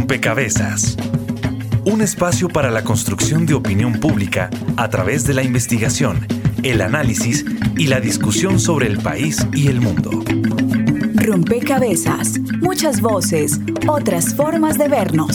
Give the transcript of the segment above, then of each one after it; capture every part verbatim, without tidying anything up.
Rompecabezas. Un espacio para la construcción de opinión pública a través de la investigación, el análisis y la discusión sobre el país y el mundo. Rompecabezas. Muchas voces, otras formas de vernos.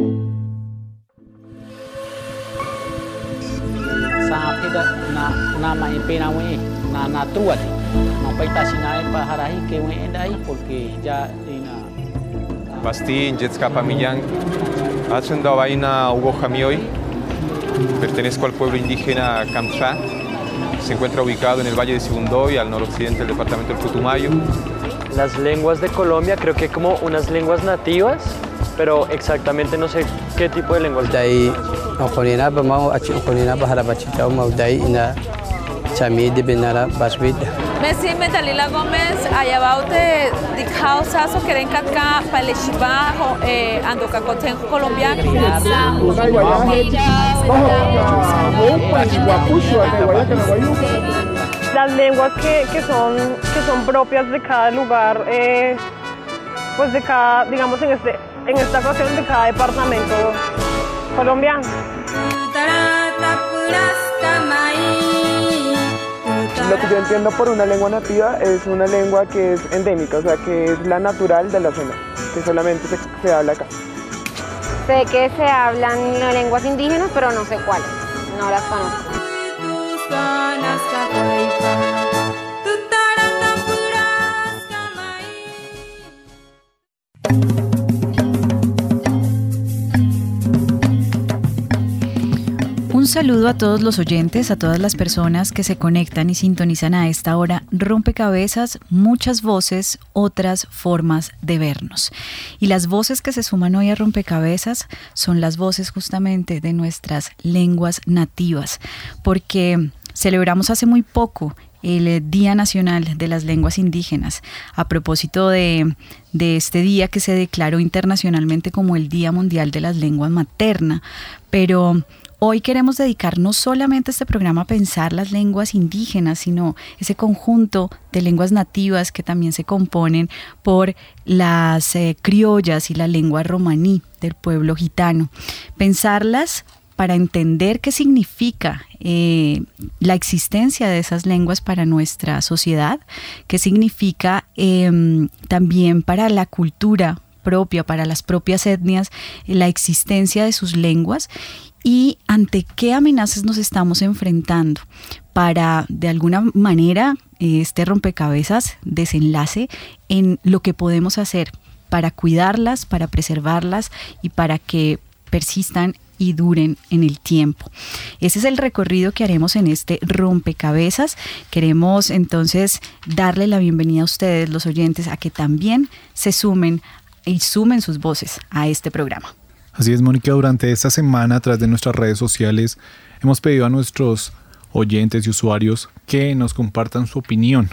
Basti, Jetska Pamillán, Achenda Vaina Hugo Jamioy, pertenezco al pueblo indígena Kamsá, se encuentra ubicado en el Valle de Sibundoy, al noroccidente del departamento del Putumayo. Las lenguas de Colombia creo que hay como unas lenguas nativas, pero exactamente no sé qué tipo de lenguas. Dai, okonina bamau achi okonina bahara bachita mau dai ina chami de benara basbid. Messi Metalila Gómez, Ayabaute, Dicao Saso, Kerencaca, Paleshiba, Andocacoten, colombiano. Las lenguas que, que, son, que son propias de cada lugar, eh, pues de cada, digamos en, este, en esta ocasión de cada departamento colombiano. Lo que yo entiendo por una lengua nativa es una lengua que es endémica, o sea, que es la natural de la zona, que solamente se, se habla acá. Sé que se hablan lenguas indígenas, pero no sé cuáles, no las conozco. Un saludo a todos los oyentes, a todas las personas que se conectan y sintonizan a esta hora. Rompecabezas, muchas voces, otras formas de vernos. Y las voces que se suman hoy a Rompecabezas son las voces justamente de nuestras lenguas nativas, porque celebramos hace muy poco el Día Nacional de las Lenguas Indígenas, a propósito de, de este día que se declaró internacionalmente como el Día Mundial de las Lenguas Materna, pero hoy queremos dedicar no solamente este programa a pensar las lenguas indígenas, sino ese conjunto de lenguas nativas que también se componen por las eh, criollas y la lengua romaní del pueblo gitano. Pensarlas para entender qué significa eh, la existencia de esas lenguas para nuestra sociedad, qué significa eh, también para la cultura propia, para las propias etnias, la existencia de sus lenguas y ante qué amenazas nos estamos enfrentando para, de alguna manera, este rompecabezas desenlace en lo que podemos hacer para cuidarlas, para preservarlas y para que persistan y duren en el tiempo. Ese es el recorrido que haremos en este rompecabezas. Queremos entonces darle la bienvenida a ustedes, los oyentes, a que también se sumen y sumen sus voces a este programa. Así es, Mónica, durante esta semana a través de nuestras redes sociales hemos pedido a nuestros oyentes y usuarios que nos compartan su opinión.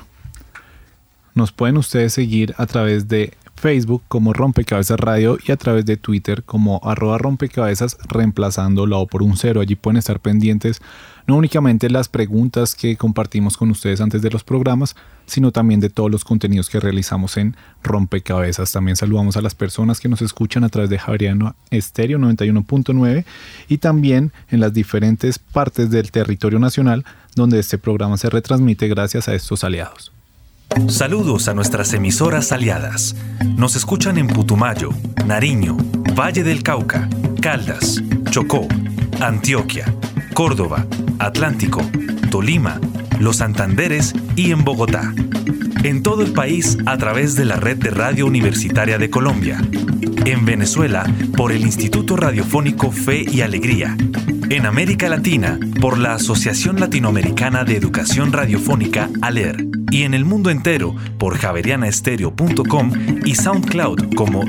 Nos pueden ustedes seguir a través de Facebook como Rompecabezas Radio y a través de Twitter como arroba rompecabezas reemplazando la O por un cero. Allí pueden estar pendientes no únicamente las preguntas que compartimos con ustedes antes de los programas, sino también de todos los contenidos que realizamos en Rompecabezas. También saludamos a las personas que nos escuchan a través de Javeriana Estéreo noventa y uno punto nueve y también en las diferentes partes del territorio nacional donde este programa se retransmite gracias a estos aliados. Saludos a nuestras emisoras aliadas. Nos escuchan en Putumayo, Nariño, Valle del Cauca, Caldas, Chocó, Antioquia, Córdoba, Atlántico, Tolima, Los Santanderes y en Bogotá. En todo el país a través de la Red de Radio Universitaria de Colombia. En Venezuela por el Instituto Radiofónico Fe y Alegría. En América Latina por la Asociación Latinoamericana de Educación Radiofónica ALER. Y en el mundo entero por javeriana estéreo punto com y SoundCloud como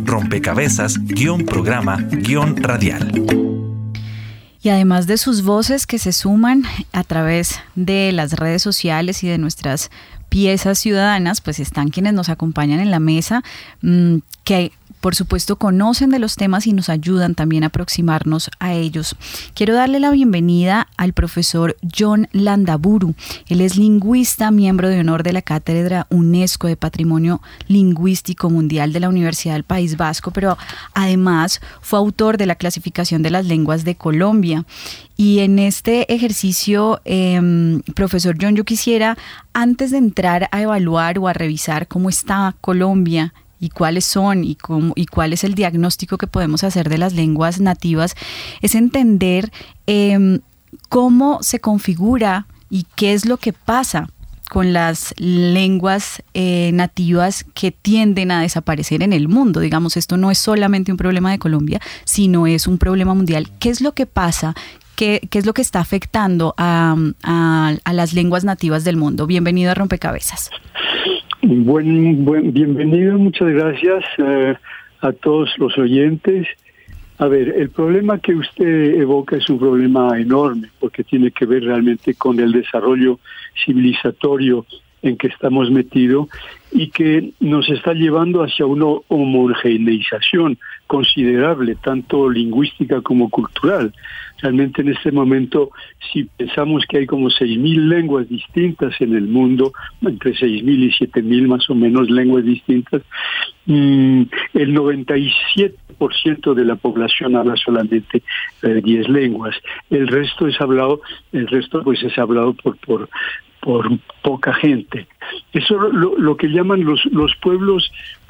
rompecabezas-programa-radial. Y además de sus voces que se suman a través de las redes sociales y de nuestras piezas ciudadanas, pues están quienes nos acompañan en la mesa, mmm, que por supuesto conocen de los temas y nos ayudan también a aproximarnos a ellos. Quiero darle la bienvenida al profesor John Landaburu. Él es lingüista, miembro de honor de la Cátedra UNESCO de Patrimonio Lingüístico Mundial de la Universidad del País Vasco, pero además fue autor de la clasificación de las lenguas de Colombia. Y en este ejercicio, eh, profesor John, yo quisiera, antes de entrar a evaluar o a revisar cómo está Colombia y cuáles son y, cómo, y cuál es el diagnóstico que podemos hacer de las lenguas nativas, es entender eh, cómo se configura y qué es lo que pasa con las lenguas eh, nativas que tienden a desaparecer en el mundo. Digamos, esto no es solamente un problema de Colombia, sino es un problema mundial. ¿Qué es lo que pasa? ¿Qué, qué es lo que está afectando a, a, a las lenguas nativas del mundo? Bienvenido a Rompecabezas. Buen, buen, bienvenido, muchas gracias eh, a todos los oyentes. A ver, el problema que usted evoca es un problema enorme porque tiene que ver realmente con el desarrollo civilizatorio en que estamos metidos y que nos está llevando hacia una homogeneización considerable, tanto lingüística como cultural. Realmente en este momento, si pensamos que hay como seis mil lenguas distintas en el mundo, entre seis mil y siete mil más o menos lenguas distintas, mmm, el noventa y siete por ciento de la población habla solamente eh, diez lenguas. El resto es hablado, el resto pues es hablado por por por poca gente. Eso lo, lo que llaman los los pueblos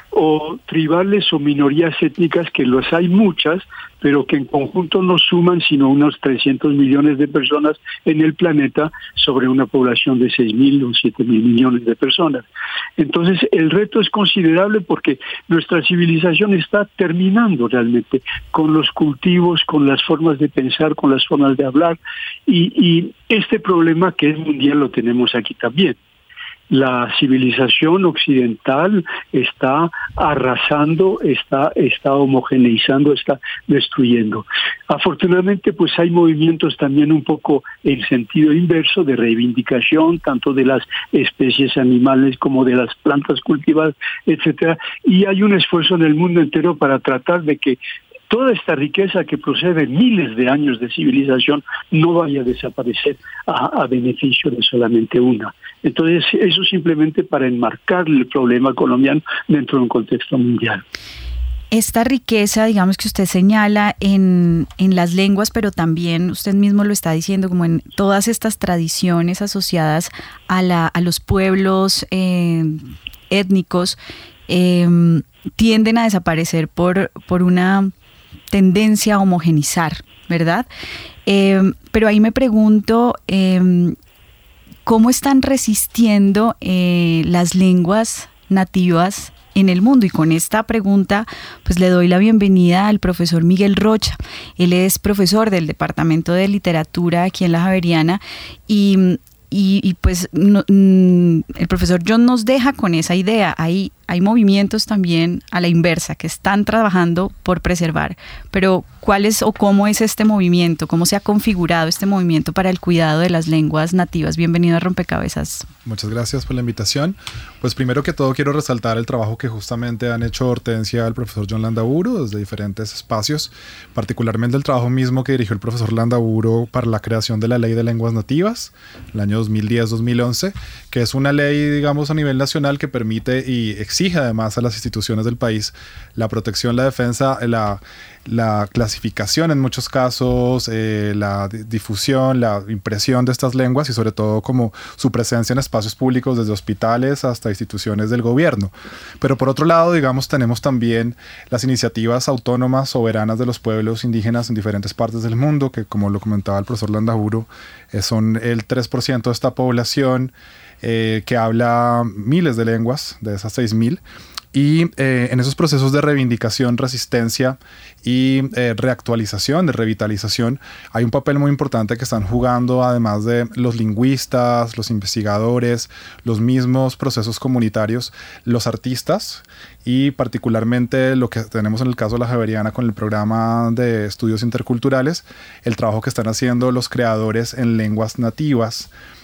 o tribales o minorías étnicas, que los hay muchas, pero que en conjunto no suman sino unos trescientos millones de personas en el planeta sobre una población de seis mil o siete mil millones de personas. Entonces el reto es considerable porque nuestra civilización está terminando realmente con los cultivos, con las formas de pensar, con las formas de hablar, y, y este problema que es mundial lo tenemos aquí también. La civilización occidental está arrasando, está, está homogeneizando, está destruyendo. Afortunadamente, pues hay movimientos también un poco en sentido inverso de reivindicación, tanto de las especies animales como de las plantas cultivadas, etcétera. Y hay un esfuerzo en el mundo entero para tratar de que toda esta riqueza que procede de miles de años de civilización no vaya a desaparecer a, a beneficio de solamente una. Entonces, eso simplemente para enmarcar el problema colombiano dentro de un contexto mundial. Esta riqueza, digamos, que usted señala en, en las lenguas, pero también usted mismo lo está diciendo, como en todas estas tradiciones asociadas a, la, a los pueblos eh, étnicos, eh, tienden a desaparecer por, por una tendencia a homogenizar, ¿verdad? Eh, pero ahí me pregunto, eh, ¿cómo están resistiendo eh, las lenguas nativas en el mundo? Y con esta pregunta, pues le doy la bienvenida al profesor Miguel Rocha. Él es profesor del Departamento de Literatura aquí en La Javeriana y, y, y pues no, el profesor John nos deja con esa idea. Hay, hay movimientos también a la inversa que están trabajando por preservar, pero ¿cuál es o cómo es este movimiento? ¿Cómo se ha configurado este movimiento para el cuidado de las lenguas nativas? Bienvenido a Rompecabezas. Muchas gracias por la invitación. Pues primero que todo quiero resaltar el trabajo que justamente han hecho Hortensia, el profesor John Landaburu, desde diferentes espacios, particularmente el trabajo mismo que dirigió el profesor Landaburu para la creación de la Ley de Lenguas Nativas, el año dos mil diez dos mil once, que es una ley, digamos, a nivel nacional que permite y exige además a las instituciones del país la protección, la defensa, la, la clasificación en muchos casos, eh, la difusión, la impresión de estas lenguas y sobre todo como su presencia en espacios públicos desde hospitales hasta instituciones del gobierno. Pero por otro lado, digamos, tenemos también las iniciativas autónomas soberanas de los pueblos indígenas en diferentes partes del mundo, que como lo comentaba el profesor Landaburu, eh, son el tres por ciento de esta población eh, que habla miles de lenguas, de esas seis mil. Y eh, en esos procesos de reivindicación, resistencia y eh, reactualización, de revitalización, hay un papel muy importante que están jugando, además de los lingüistas, los investigadores, los mismos procesos comunitarios, los artistas y particularmente lo que tenemos en el caso de La Javeriana con el programa de estudios interculturales, el trabajo que están haciendo los creadores en lenguas nativas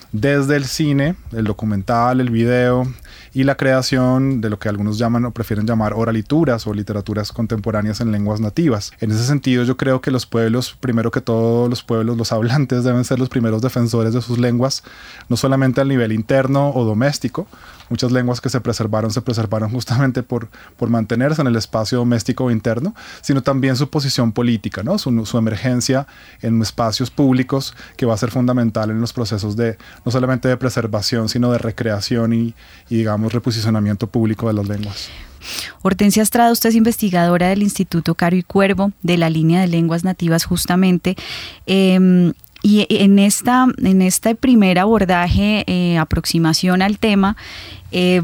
desde el cine, el documental, el video y la creación de lo que algunos llaman o prefieren llamar oralituras o literaturas contemporáneas en lenguas nativas. En ese sentido, yo creo que los pueblos, primero que todo los pueblos, los hablantes deben ser los primeros defensores de sus lenguas, no solamente al nivel interno o doméstico. Muchas lenguas que se preservaron, se preservaron justamente por, por mantenerse en el espacio doméstico o interno, sino también su posición política, ¿no? Su, su emergencia en espacios públicos, que va a ser fundamental en los procesos de, no solamente de preservación, sino de recreación y, y digamos, reposicionamiento público de las lenguas. Hortensia Estrada, usted es investigadora del Instituto Caro y Cuervo, de la línea de lenguas nativas justamente. Eh, Y en esta, en este primer abordaje, eh, aproximación al tema, eh,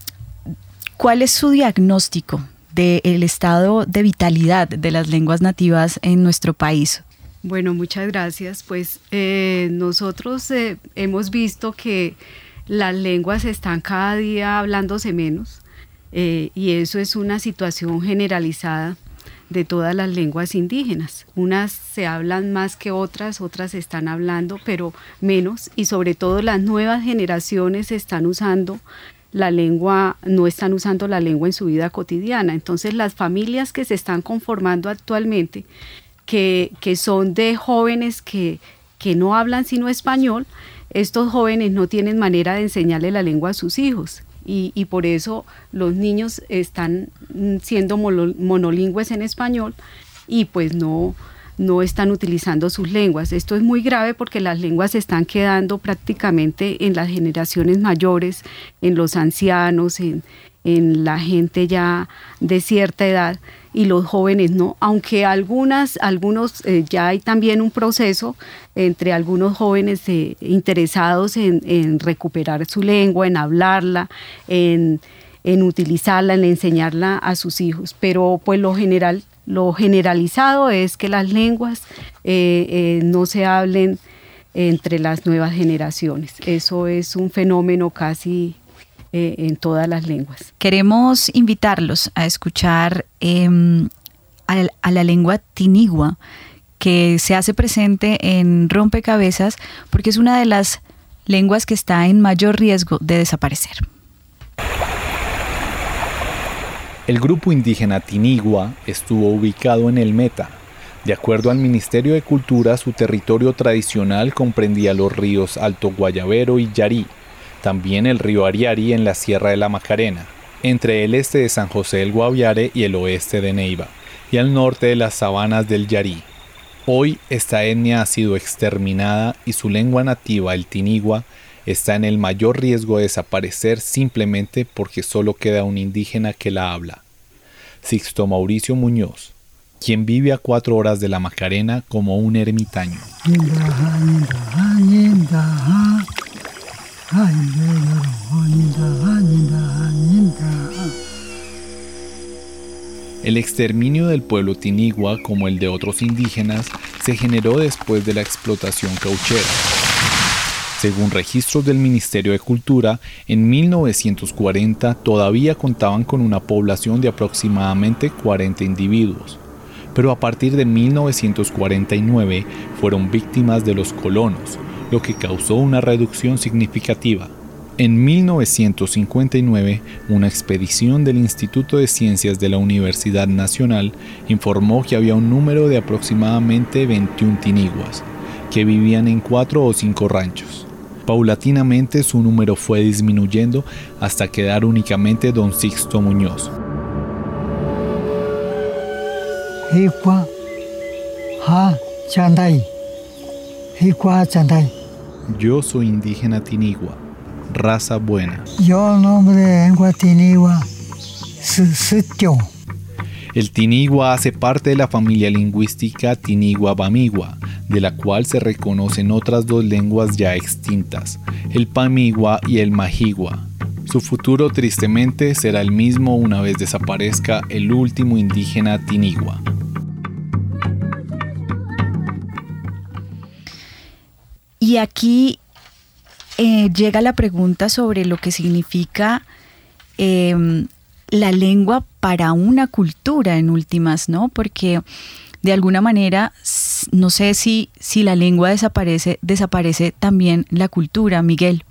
¿cuál es su diagnóstico del estado de vitalidad de las lenguas nativas en nuestro país? Bueno, muchas gracias. Pues eh, nosotros eh, hemos visto que las lenguas están cada día hablándose menos eh, y eso es una situación generalizada de todas las lenguas indígenas. Unas se hablan más que otras, otras se están hablando, pero menos, y sobre todo las nuevas generaciones están usando la lengua, no están usando la lengua en su vida cotidiana. Entonces las familias que se están conformando actualmente, que, que son de jóvenes que, que no hablan sino español, estos jóvenes no tienen manera de enseñarle la lengua a sus hijos. Y, y por eso los niños están siendo mono, monolingües en español y pues no, no están utilizando sus lenguas. Esto es muy grave porque las lenguas se están quedando prácticamente en las generaciones mayores, en los ancianos, en, en la gente ya de cierta edad, y los jóvenes no, aunque algunas, algunos eh, ya hay también un proceso entre algunos jóvenes eh, interesados en, en recuperar su lengua, en hablarla, en, en utilizarla, en enseñarla a sus hijos, pero pues lo general, lo generalizado es que las lenguas eh, eh, no se hablen entre las nuevas generaciones. Eso es un fenómeno casi Eh, en todas las lenguas. Queremos invitarlos a escuchar eh, a, a la lengua tinigua, que se hace presente en Rompecabezas porque es una de las lenguas que está en mayor riesgo de desaparecer. El grupo indígena tinigua estuvo ubicado en el Meta. De acuerdo al Ministerio de Cultura, su territorio tradicional comprendía los ríos Alto Guayabero y Yarí, también el río Ariari en la Sierra de la Macarena, entre el este de San José del Guaviare y el oeste de Neiva, y al norte de las sabanas del Yarí. Hoy esta etnia ha sido exterminada y su lengua nativa, el tinigua, está en el mayor riesgo de desaparecer simplemente porque solo queda un indígena que la habla. Sixto Mauricio Muñoz, quien vive a cuatro horas de la Macarena como un ermitaño. El exterminio del pueblo tinigua, como el de otros indígenas, se generó después de la explotación cauchera. Según registros del Ministerio de Cultura, en mil novecientos cuarenta todavía contaban con una población de aproximadamente cuarenta individuos, pero a partir de mil novecientos cuarenta y nueve fueron víctimas de los colonos, lo que causó una reducción significativa. En mil novecientos cincuenta y nueve, una expedición del Instituto de Ciencias de la Universidad Nacional informó que había un número de aproximadamente veintiún tiniguas, que vivían en cuatro o cinco ranchos. Paulatinamente su número fue disminuyendo hasta quedar únicamente don Sixto Muñoz. Yo soy indígena tinigua, raza buena. Yo nombre en tinigua, Sitio. El tinigua hace parte de la familia lingüística tinigua-bamigua, de la cual se reconocen otras dos lenguas ya extintas, el pamigua y el majigua. Su futuro tristemente será el mismo una vez desaparezca el último indígena tinigua. Y aquí eh, llega la pregunta sobre lo que significa eh, la lengua para una cultura en últimas, ¿no? Porque de alguna manera, no sé si, si la lengua desaparece, desaparece también la cultura, Miguel.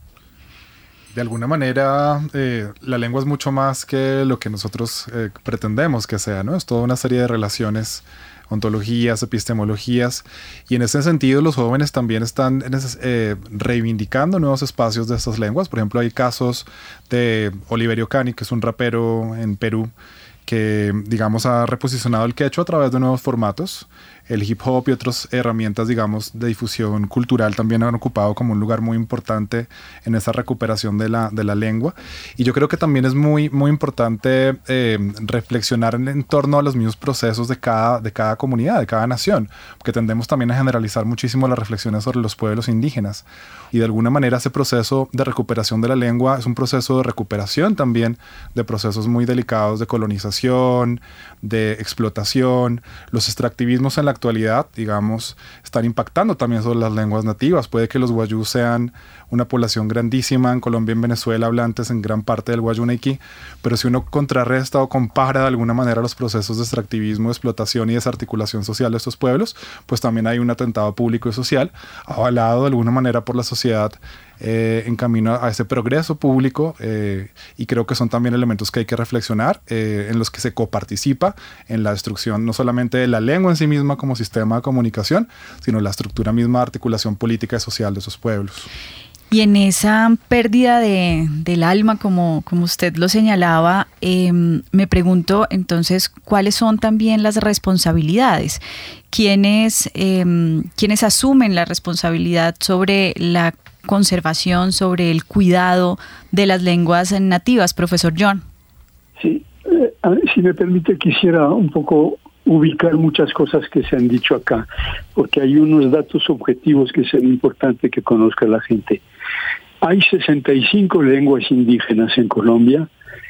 De alguna manera, eh, la lengua es mucho más que lo que nosotros eh, pretendemos que sea, ¿no? Es toda una serie de relaciones, ontologías, epistemologías, y en ese sentido los jóvenes también están eh, reivindicando nuevos espacios de estas lenguas. Por ejemplo, hay casos de Oliverio Cani, que es un rapero en Perú, que, digamos, ha reposicionado el quechua a través de nuevos formatos. El hip hop y otras herramientas, digamos, de difusión cultural también han ocupado como un lugar muy importante en esa recuperación de la, de la lengua. Y yo creo que también es muy, muy importante eh, reflexionar en, en torno a los mismos procesos de cada, de cada comunidad, de cada nación, porque tendemos también a generalizar muchísimo las reflexiones sobre los pueblos indígenas. Y de alguna manera ese proceso de recuperación de la lengua es un proceso de recuperación también de procesos muy delicados de colonización, de explotación. Los extractivismos en la actualidad, digamos, están impactando también sobre las lenguas nativas. Puede que los guayú sean una población grandísima en Colombia y en Venezuela, hablantes en gran parte del guayunequi, pero si uno contrarresta o compara de alguna manera los procesos de extractivismo, de explotación y desarticulación social de estos pueblos, pues también hay un atentado público y social avalado de alguna manera por la sociedad eh, en camino a ese progreso público, eh, y creo que son también elementos que hay que reflexionar, eh, en los que se coparticipa en la destrucción no solamente de la lengua en sí misma como sistema de comunicación, sino la estructura misma de articulación política y social de esos pueblos. Y en esa pérdida de, del alma, como, como usted lo señalaba, eh, me pregunto entonces cuáles son también las responsabilidades. ¿Quiénes, eh, ¿Quiénes asumen la responsabilidad sobre la conservación, sobre el cuidado de las lenguas nativas, profesor John? Sí, eh, si me permite, quisiera un poco ubicar muchas cosas que se han dicho acá, porque hay unos datos objetivos que es importante que conozca la gente. Hay sesenta y cinco lenguas indígenas en Colombia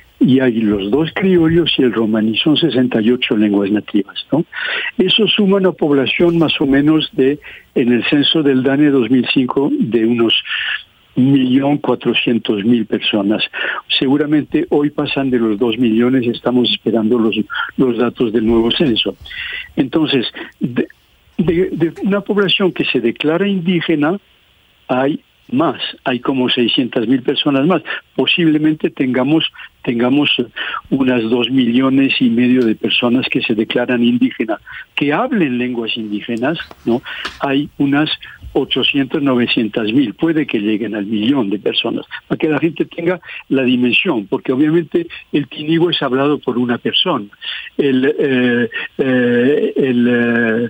y hay los dos criollos y el romaní, son sesenta y ocho lenguas nativas, ¿no? Eso suma una población más o menos de, en el censo del DANE dos mil cinco, de unos un millón cuatrocientos mil personas. Seguramente hoy pasan de los dos millones, estamos esperando los, los datos del nuevo censo. Entonces, de, de, de una población que se declara indígena, hay más, hay como seiscientas mil personas más. Posiblemente tengamos tengamos unas dos millones y medio de personas que se declaran indígenas, que hablen lenguas indígenas, ¿no? Hay unas ochocientos, novecientos mil, puede que lleguen al millón de personas, para que la gente tenga la dimensión, porque obviamente el tinigua es hablado por una persona, el eh, eh, el eh,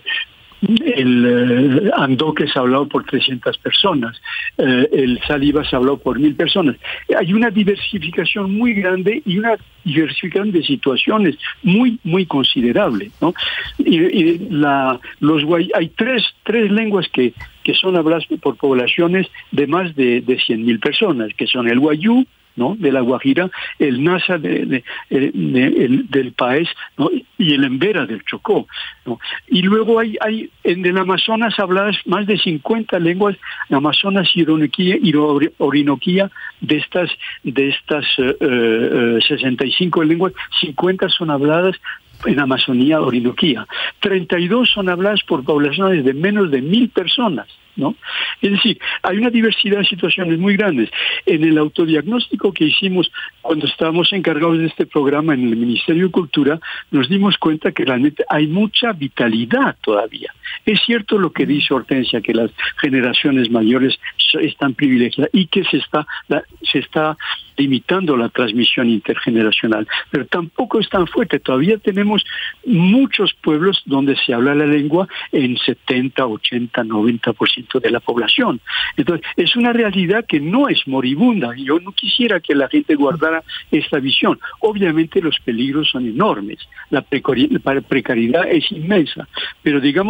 El eh, andoque es hablado por trescientas personas, eh, el saliva es hablado por mil personas. Hay una diversificación muy grande y una diversificación de situaciones muy, muy considerable, ¿no? Y, y la, los hay tres, tres lenguas que, que son habladas por poblaciones de más de, de cien mil personas, que son el guayú, ¿no?, de la Guajira, el Nasa de, de, de, de, el, del Paez, ¿no?, y el Embera del Chocó, ¿no? Y luego hay, hay en el Amazonas habladas más de cincuenta lenguas, Amazonas y Orinoquía, y Orinoquía, de estas, de estas uh, uh, sesenta y cinco lenguas, cincuenta son habladas en Amazonía, Orinoquía. treinta y dos son habladas por poblaciones de menos de mil personas, ¿no? Es decir, hay una diversidad de situaciones muy grandes. En el autodiagnóstico que hicimos cuando estábamos encargados de este programa en el Ministerio de Cultura, nos dimos cuenta que realmente hay mucha vitalidad todavía. Es cierto lo que dice Hortensia, que las generaciones mayores están privilegiadas y que se está, la, se está limitando la transmisión intergeneracional, pero tampoco es tan fuerte. Todavía tenemos muchos pueblos donde se habla la lengua en setenta, ochenta, noventa por ciento de la población. Entonces, es una realidad que no es moribunda. Yo no quisiera que la gente guardara esta visión. Obviamente los peligros son enormes, la precariedad es inmensa, pero digamos,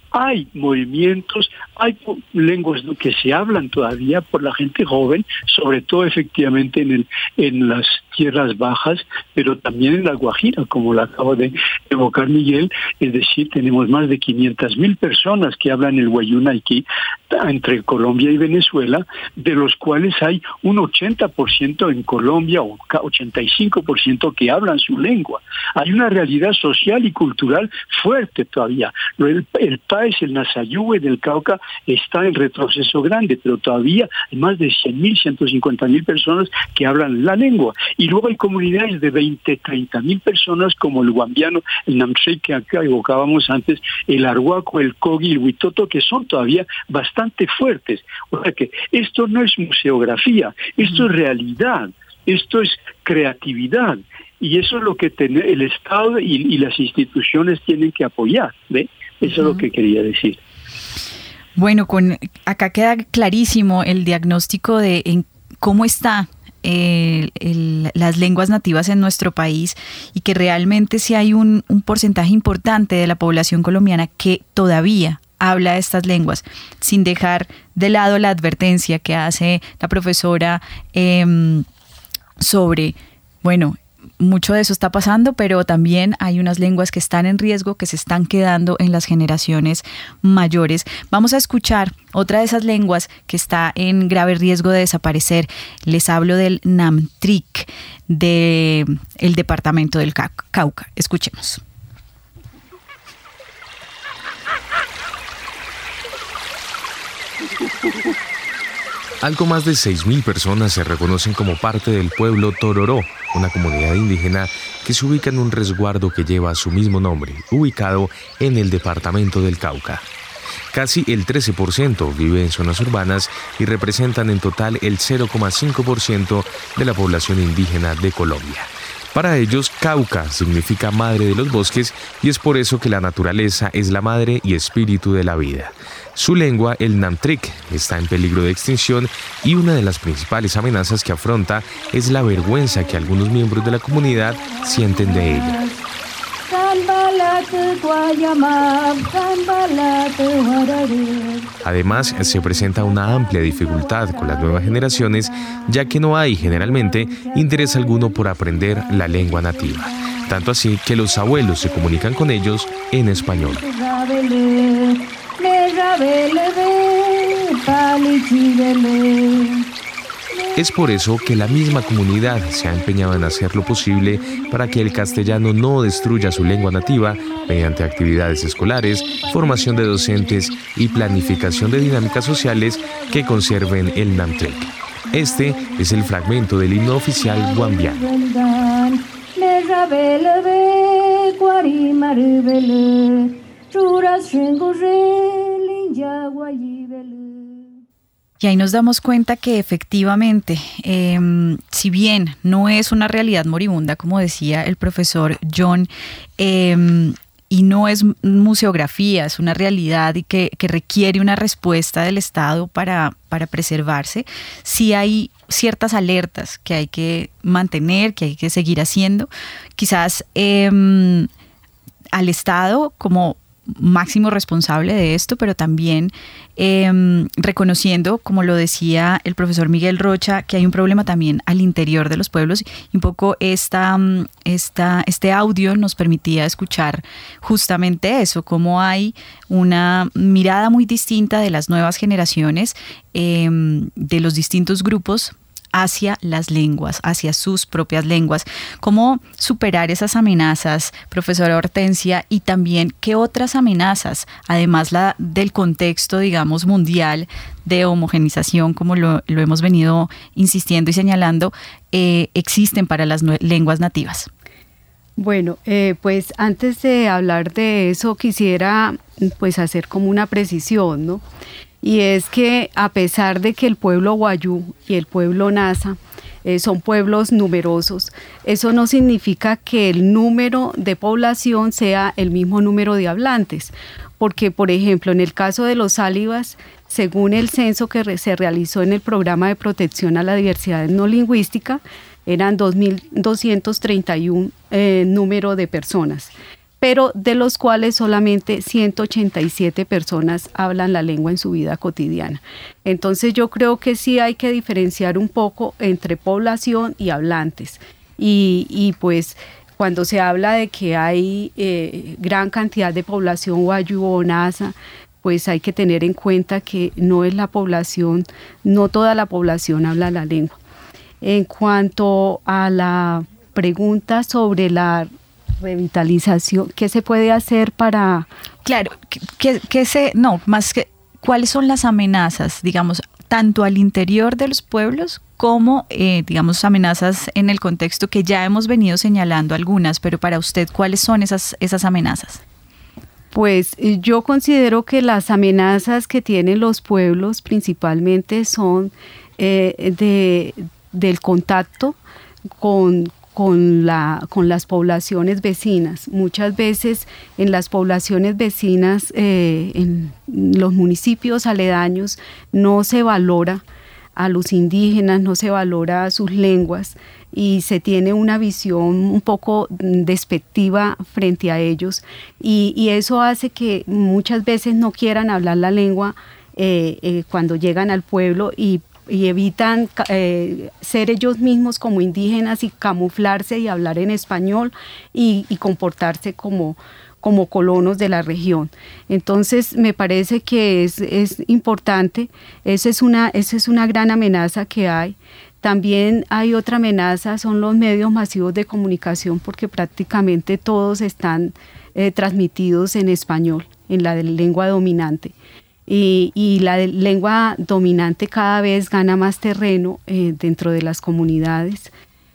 hay movimientos, hay lenguas que se hablan todavía por la gente joven, sobre todo efectivamente en, el, en las tierras bajas, pero también en la Guajira, como lo acabo de evocar Miguel, es decir, tenemos más de quinientas mil personas que hablan el guayunaiki entre Colombia y Venezuela, de los cuales hay un ochenta por ciento en Colombia o ochenta y cinco por ciento que hablan su lengua. Hay una realidad social y cultural fuerte todavía. El, el país, el Nazayúe del Cauca está en retroceso grande, pero todavía hay más de cien mil, ciento cincuenta mil personas que hablan la lengua. Y luego hay comunidades de veinte, treinta mil personas como el guambiano, el namsey que acá evocábamos antes, el arhuaco, el cogi, el huitoto, que son todavía bastante fuertes. O sea que esto no es museografía, esto es realidad, esto es creatividad. Y eso es lo que ten, el Estado y, y las instituciones tienen que apoyar, ¿ve? Eso uh-huh. es lo que quería decir. Bueno, con acá queda clarísimo el diagnóstico de en cómo está eh, el, las lenguas nativas en nuestro país y que realmente sí hay un, un porcentaje importante de la población colombiana que todavía habla estas lenguas, sin dejar de lado la advertencia que hace la profesora eh, sobre, bueno, mucho de eso está pasando, pero también hay unas lenguas que están en riesgo, que se están quedando en las generaciones mayores. Vamos a escuchar otra de esas lenguas que está en grave riesgo de desaparecer. Les hablo del Namtric, del departamento del Cauca. Escuchemos. Algo más de seis mil personas se reconocen como parte del pueblo Tororó, una comunidad indígena que se ubica en un resguardo que lleva su mismo nombre, ubicado en el departamento del Cauca. Casi el trece por ciento vive en zonas urbanas y representan en total el cero coma cinco por ciento de la población indígena de Colombia. Para ellos, Cauca significa madre de los bosques y es por eso que la naturaleza es la madre y espíritu de la vida. Su lengua, el Namtric, está en peligro de extinción y una de las principales amenazas que afronta es la vergüenza que algunos miembros de la comunidad sienten de ella. Además, se presenta una amplia dificultad con las nuevas generaciones, ya que no hay generalmente interés alguno por aprender la lengua nativa. Tanto así que los abuelos se comunican con ellos en español. Es por eso que la misma comunidad se ha empeñado en hacer lo posible para que el castellano no destruya su lengua nativa mediante actividades escolares, formación de docentes y planificación de dinámicas sociales que conserven el Namtric. Este es el fragmento del himno oficial guambiano. Y ahí nos damos cuenta que efectivamente, eh, si bien no es una realidad moribunda, como decía el profesor John, eh, y no es museografía, es una realidad y que, que requiere una respuesta del Estado para, para preservarse, sí hay ciertas alertas que hay que mantener, que hay que seguir haciendo. Quizás eh, al Estado como máximo responsable de esto, pero también eh, reconociendo, como lo decía el profesor Miguel Rocha, que hay un problema también al interior de los pueblos. Y un poco esta, esta, este audio nos permitía escuchar justamente eso, cómo hay una mirada muy distinta de las nuevas generaciones, eh, de los distintos grupos, hacia las lenguas, hacia sus propias lenguas. ¿Cómo superar esas amenazas, profesora Hortensia? Y también, ¿qué otras amenazas, además la del contexto, digamos, mundial de homogenización, como lo, lo hemos venido insistiendo y señalando, eh, existen para las nue- lenguas nativas? Bueno, eh, pues antes de hablar de eso, quisiera pues hacer como una precisión, ¿no? Y es que a pesar de que el pueblo Wayuu y el pueblo Nasa eh, son pueblos numerosos, eso no significa que el número de población sea el mismo número de hablantes, porque por ejemplo en el caso de los Sálivas, según el censo que re- se realizó en el programa de protección a la diversidad etnolingüística, eran dos mil doscientos treinta y uno eh, número de personas. pero de los cuales solamente ciento ochenta y siete personas hablan la lengua en su vida cotidiana. Entonces yo creo que sí hay que diferenciar un poco entre población y hablantes. Y, y pues cuando se habla de que hay eh, gran cantidad de población wayuu o nasa, pues hay que tener en cuenta que no es la población, no toda la población habla la lengua. En cuanto a la pregunta sobre la revitalización, ¿qué se puede hacer para...? Claro, que, que se, no, más que, ¿cuáles son las amenazas, digamos, tanto al interior de los pueblos como, eh, digamos, amenazas en el contexto que ya hemos venido señalando algunas, pero para usted, ¿cuáles son esas, esas amenazas? Pues yo considero que las amenazas que tienen los pueblos principalmente son eh, de, del contacto con, con, la, con las poblaciones vecinas. Muchas veces en las poblaciones vecinas, eh, en los municipios aledaños, no se valora a los indígenas, no se valora sus lenguas y se tiene una visión un poco despectiva frente a ellos y, y eso hace que muchas veces no quieran hablar la lengua eh, eh, cuando llegan al pueblo y, y evitan eh, ser ellos mismos como indígenas y camuflarse y hablar en español y, y comportarse como como colonos de la región. Entonces me parece que es, es importante, esa es, una, esa es una gran amenaza que hay. También hay otra amenaza, son los medios masivos de comunicación, porque prácticamente todos están eh, transmitidos en español, en la lengua dominante. Y, y la lengua dominante cada vez gana más terreno eh, dentro de las comunidades.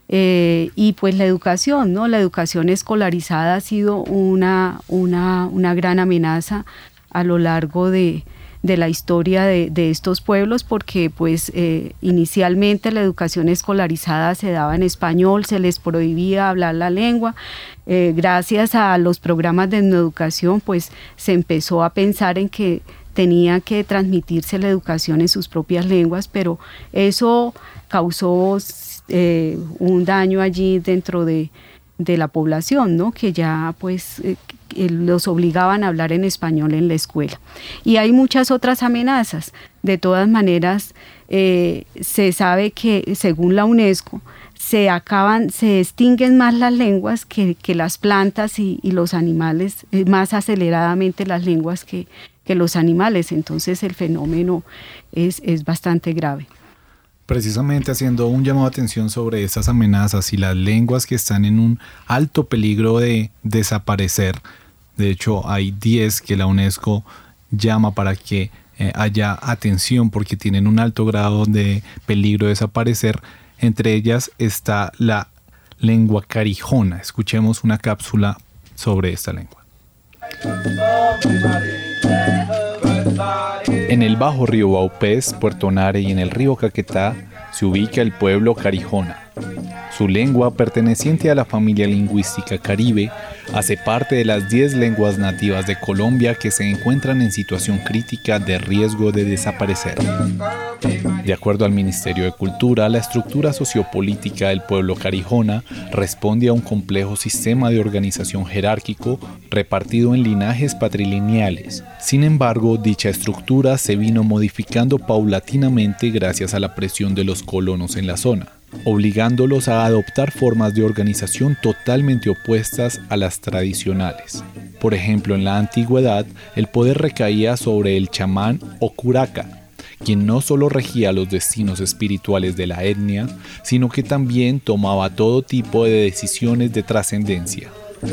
Eh, y pues la educación, ¿no? La educación escolarizada ha sido una, una, una gran amenaza a lo largo de, de la historia de, de estos pueblos, porque pues eh, inicialmente la educación escolarizada se daba en español, se les prohibía hablar la lengua. Eh, gracias a los programas de educación pues se empezó a pensar en que tenía que transmitirse la educación en sus propias lenguas, pero eso causó Eh, un daño allí dentro de, de la población, ¿no? Que ya pues eh, los obligaban a hablar en español en la escuela. Y hay muchas otras amenazas. De todas maneras, eh, se sabe que según la UNESCO se acaban, se extinguen más las lenguas que, que las plantas y, y los animales, eh, más aceleradamente las lenguas que, que los animales. Entonces el fenómeno es, es bastante grave. Precisamente haciendo un llamado de atención sobre estas amenazas y las lenguas que están en un alto peligro de desaparecer. De hecho, hay diez que la UNESCO llama para que eh, haya atención porque tienen un alto grado de peligro de desaparecer. Entre ellas está la lengua carijona. Escuchemos una cápsula sobre esta lengua. En el bajo río Vaupés, Puerto Nare y en el río Caquetá se ubica el pueblo carijona. Su lengua, perteneciente a la familia lingüística caribe, hace parte de las diez lenguas nativas de Colombia que se encuentran en situación crítica de riesgo de desaparecer. De acuerdo al Ministerio de Cultura, la estructura sociopolítica del pueblo carijona responde a un complejo sistema de organización jerárquico repartido en linajes patrilineales. Sin embargo, dicha estructura se vino modificando paulatinamente gracias a la presión de los colonos en la zona, obligándolos a adoptar formas de organización totalmente opuestas a las tradicionales. Por ejemplo, en la antigüedad, el poder recaía sobre el chamán o curaca, quien no solo regía los destinos espirituales de la etnia, sino que también tomaba todo tipo de decisiones de trascendencia.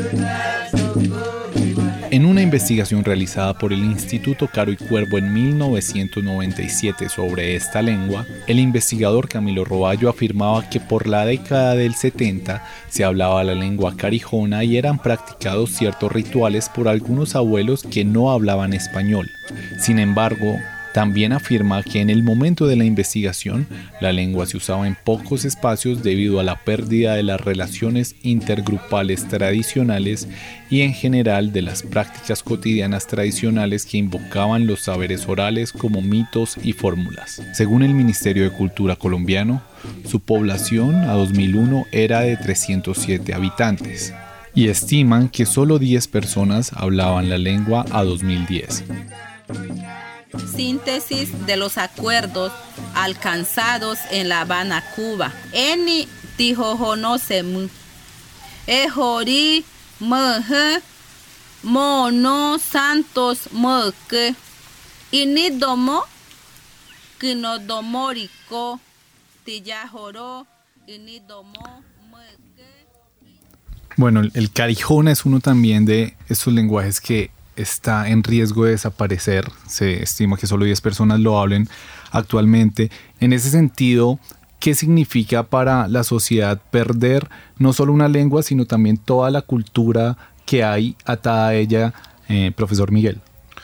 En una investigación realizada por el Instituto Caro y Cuervo en mil novecientos noventa y siete sobre esta lengua, el investigador Camilo Roballo afirmaba que por la década del setenta se hablaba la lengua carijona y eran practicados ciertos rituales por algunos abuelos que no hablaban español. Sin embargo, también afirma que en el momento de la investigación, la lengua se usaba en pocos espacios debido a la pérdida de las relaciones intergrupales tradicionales y en general de las prácticas cotidianas tradicionales que invocaban los saberes orales como mitos y fórmulas. Según el Ministerio de Cultura colombiano, su población a dos mil uno era de trescientos siete habitantes. y estiman que solo diez personas hablaban la lengua a dos mil diez. Síntesis de los acuerdos alcanzados en La Habana, Cuba. Eni dijo no se mu. Ejori meje mono santos meke. Ini domo kino domorico tillajoro ini domo. Bueno, el carijona es uno también de estos lenguajes que está en riesgo de desaparecer. Se estima que solo diez personas lo hablen actualmente. En ese sentido, ¿qué significa para la sociedad perder no solo una lengua, sino también toda la cultura que hay atada a ella, eh, profesor Miguel?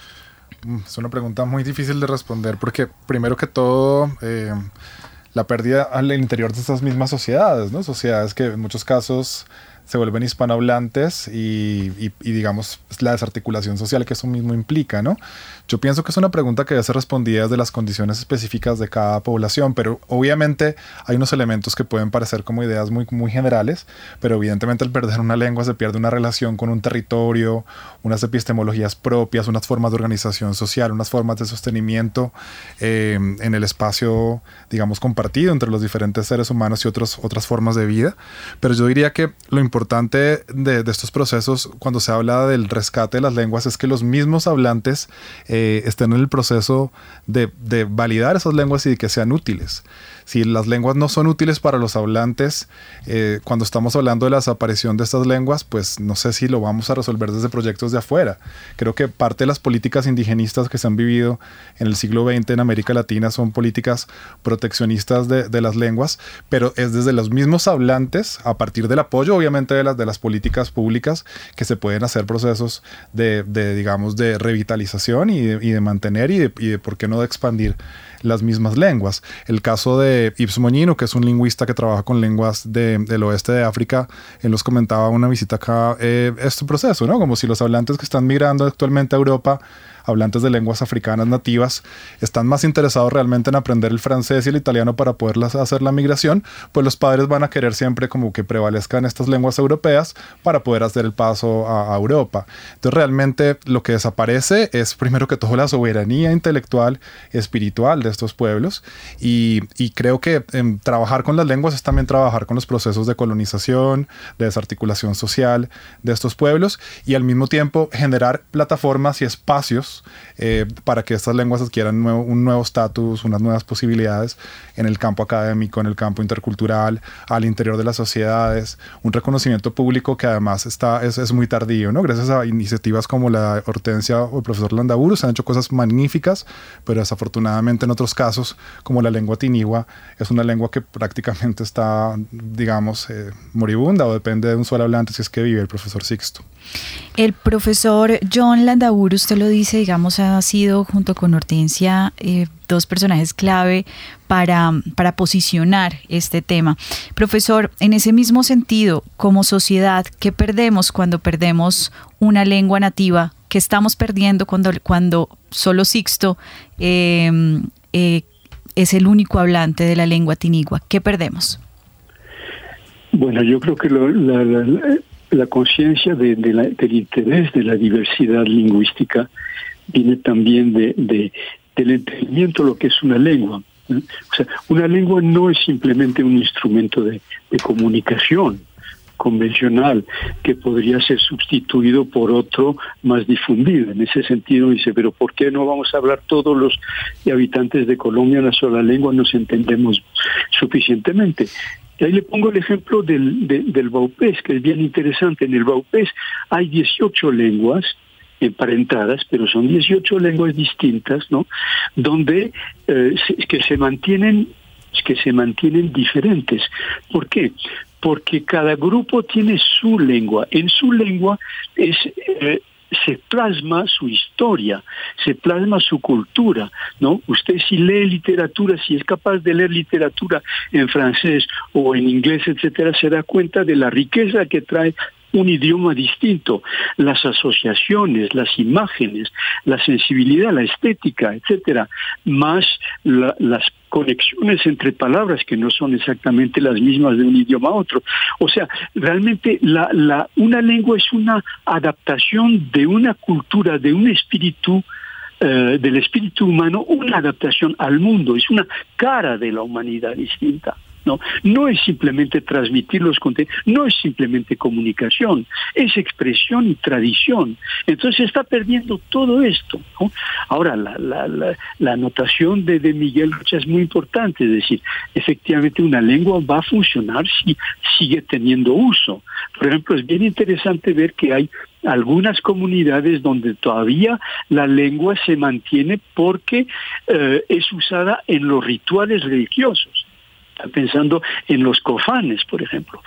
Es una pregunta muy difícil de responder porque, primero que todo, eh, la pérdida al interior de estas mismas sociedades, ¿no? Sociedades que en muchos casos se vuelven hispanohablantes y, y, y digamos la desarticulación social que eso mismo implica, ¿no? Yo pienso que es una pregunta que debe ser respondida desde las condiciones específicas de cada población, pero obviamente hay unos elementos que pueden parecer como ideas muy, muy generales, pero evidentemente al perder una lengua se pierde una relación con un territorio, unas epistemologías propias, unas formas de organización social, unas formas de sostenimiento eh, en el espacio, digamos, compartido entre los diferentes seres humanos y otros, otras formas de vida. Pero yo diría que lo importante de, de estos procesos cuando se habla del rescate de las lenguas es que los mismos hablantes eh, estén en el proceso de, de validar esas lenguas y de que sean útiles. Si las lenguas no son útiles para los hablantes, eh, cuando estamos hablando de la desaparición de estas lenguas, pues no sé si lo vamos a resolver desde proyectos de afuera. Creo que parte de las políticas indigenistas que se han vivido en el siglo veinte en América Latina son políticas proteccionistas de, de las lenguas, pero es desde los mismos hablantes, a partir del apoyo obviamente de las, de las políticas públicas, que se pueden hacer procesos de, de digamos, de revitalización y de, y de mantener y de, y de, por qué no, de expandir las mismas lenguas. El caso de Yves Moñino, que es un lingüista que trabaja con lenguas de, del oeste de África, él nos comentaba una visita acá, eh, este proceso, ¿no? Como si los hablantes que están migrando actualmente a Europa, hablantes de lenguas africanas nativas, están más interesados realmente en aprender el francés y el italiano para poder hacer la migración, pues los padres van a querer siempre como que prevalezcan estas lenguas europeas para poder hacer el paso a, a Europa. Entonces realmente lo que desaparece es primero que todo la soberanía intelectual, espiritual de estos pueblos y, y creo que eh, trabajar con las lenguas es también trabajar con los procesos de colonización, de desarticulación social de estos pueblos y al mismo tiempo generar plataformas y espacios Eh, para que estas lenguas adquieran nuevo, un nuevo estatus, unas nuevas posibilidades en el campo académico, en el campo intercultural, al interior de las sociedades, un reconocimiento público que además está, es, es muy tardío, ¿no? Gracias a iniciativas como la Hortensia o el profesor Landaburu se han hecho cosas magníficas, pero desafortunadamente en otros casos, como la lengua tinigua, es una lengua que prácticamente está, digamos, eh, moribunda o depende de un solo hablante si es que vive el profesor Sixto. El profesor John Landaburu, usted lo dice, digamos, ha sido junto con Hortensia eh, dos personajes clave para, para posicionar este tema. Profesor, en ese mismo sentido, como sociedad, ¿qué perdemos cuando perdemos una lengua nativa? ¿Qué estamos perdiendo cuando, cuando solo Sixto eh, eh, es el único hablante de la lengua tinigua? ¿Qué perdemos? Bueno, yo creo que lo, la, la, la La conciencia de, de la, del interés de la diversidad lingüística viene también de, de, del entendimiento de lo que es una lengua. ¿eh? O sea, una lengua no es simplemente un instrumento de, de comunicación convencional que podría ser sustituido por otro más difundido. En ese sentido dice, pero ¿por qué no vamos a hablar todos los habitantes de Colombia una sola lengua? Nos entendemos suficientemente. Y ahí le pongo el ejemplo del, de, del Vaupés, que es bien interesante. En el Vaupés hay dieciocho lenguas emparentadas, pero son dieciocho lenguas distintas, ¿no? Donde eh, se, que se mantienen que se mantienen diferentes. ¿Por qué? Porque cada grupo tiene su lengua. En su lengua es eh, se plasma su historia, se plasma su cultura, ¿no? Usted si lee literatura, si es capaz de leer literatura en francés o en inglés, etcétera, se da cuenta de la riqueza que trae un idioma distinto, las asociaciones, las imágenes, la sensibilidad, la estética, etcétera, más la, las conexiones entre palabras que no son exactamente las mismas de un idioma a otro. O sea, realmente la, la, una lengua es una adaptación de una cultura, de un espíritu, eh, del espíritu humano, una adaptación al mundo, es una cara de la humanidad distinta. No, no es simplemente transmitir los contenidos, no es simplemente comunicación, es expresión y tradición. Entonces se está perdiendo todo esto, ¿no? Ahora, la, la, la, la anotación de, de Miguel Rocha es muy importante, es decir, efectivamente una lengua va a funcionar si sigue teniendo uso. Por ejemplo, es bien interesante ver que hay algunas comunidades donde todavía la lengua se mantiene porque eh, es usada en los rituales religiosos. Estoy pensando en los cofanes, por ejemplo,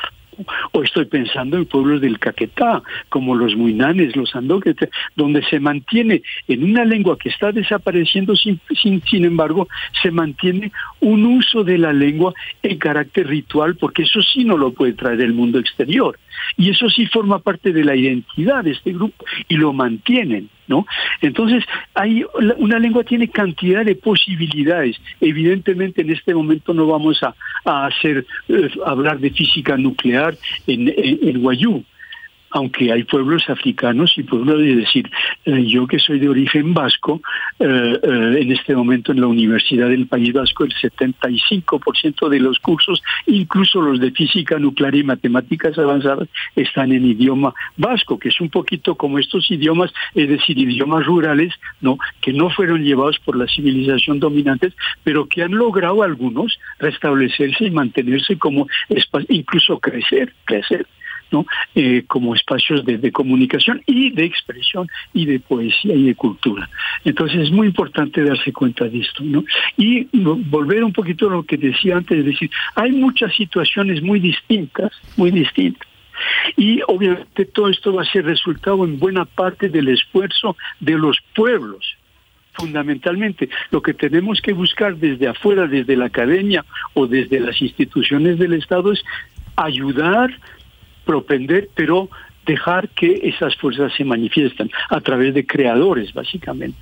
o estoy pensando en pueblos del Caquetá, como los muinanes, los andoques, donde se mantiene en una lengua que está desapareciendo, sin, sin, sin embargo, se mantiene un uso de la lengua en carácter ritual, porque eso sí no lo puede traer el mundo exterior. Y eso sí forma parte de la identidad de este grupo y lo mantienen, ¿no? Entonces, hay, una lengua tiene cantidad de posibilidades. Evidentemente, en este momento no vamos a, a hacer eh, hablar de física nuclear en, en, en Wayuu, aunque hay pueblos africanos y pueblos, es decir, eh, yo que soy de origen vasco, eh, eh, en este momento en la Universidad del País Vasco el setenta y cinco por ciento de los cursos, incluso los de física nuclear y matemáticas avanzadas, están en idioma vasco, que es un poquito como estos idiomas, es decir, idiomas rurales, no, que no fueron llevados por la civilización dominante, pero que han logrado algunos restablecerse y mantenerse como incluso crecer, crecer. ¿no? Eh, como espacios de, de comunicación y de expresión y de poesía y de cultura. Entonces es muy importante darse cuenta de esto, ¿no? Y no, volver un poquito a lo que decía antes, es decir, hay muchas situaciones muy distintas, muy distintas. Y obviamente todo esto va a ser resultado en buena parte del esfuerzo de los pueblos. Fundamentalmente, lo que tenemos que buscar desde afuera, desde la academia o desde las instituciones del Estado es ayudar, propender, pero dejar que esas fuerzas se manifiestan a través de creadores, básicamente.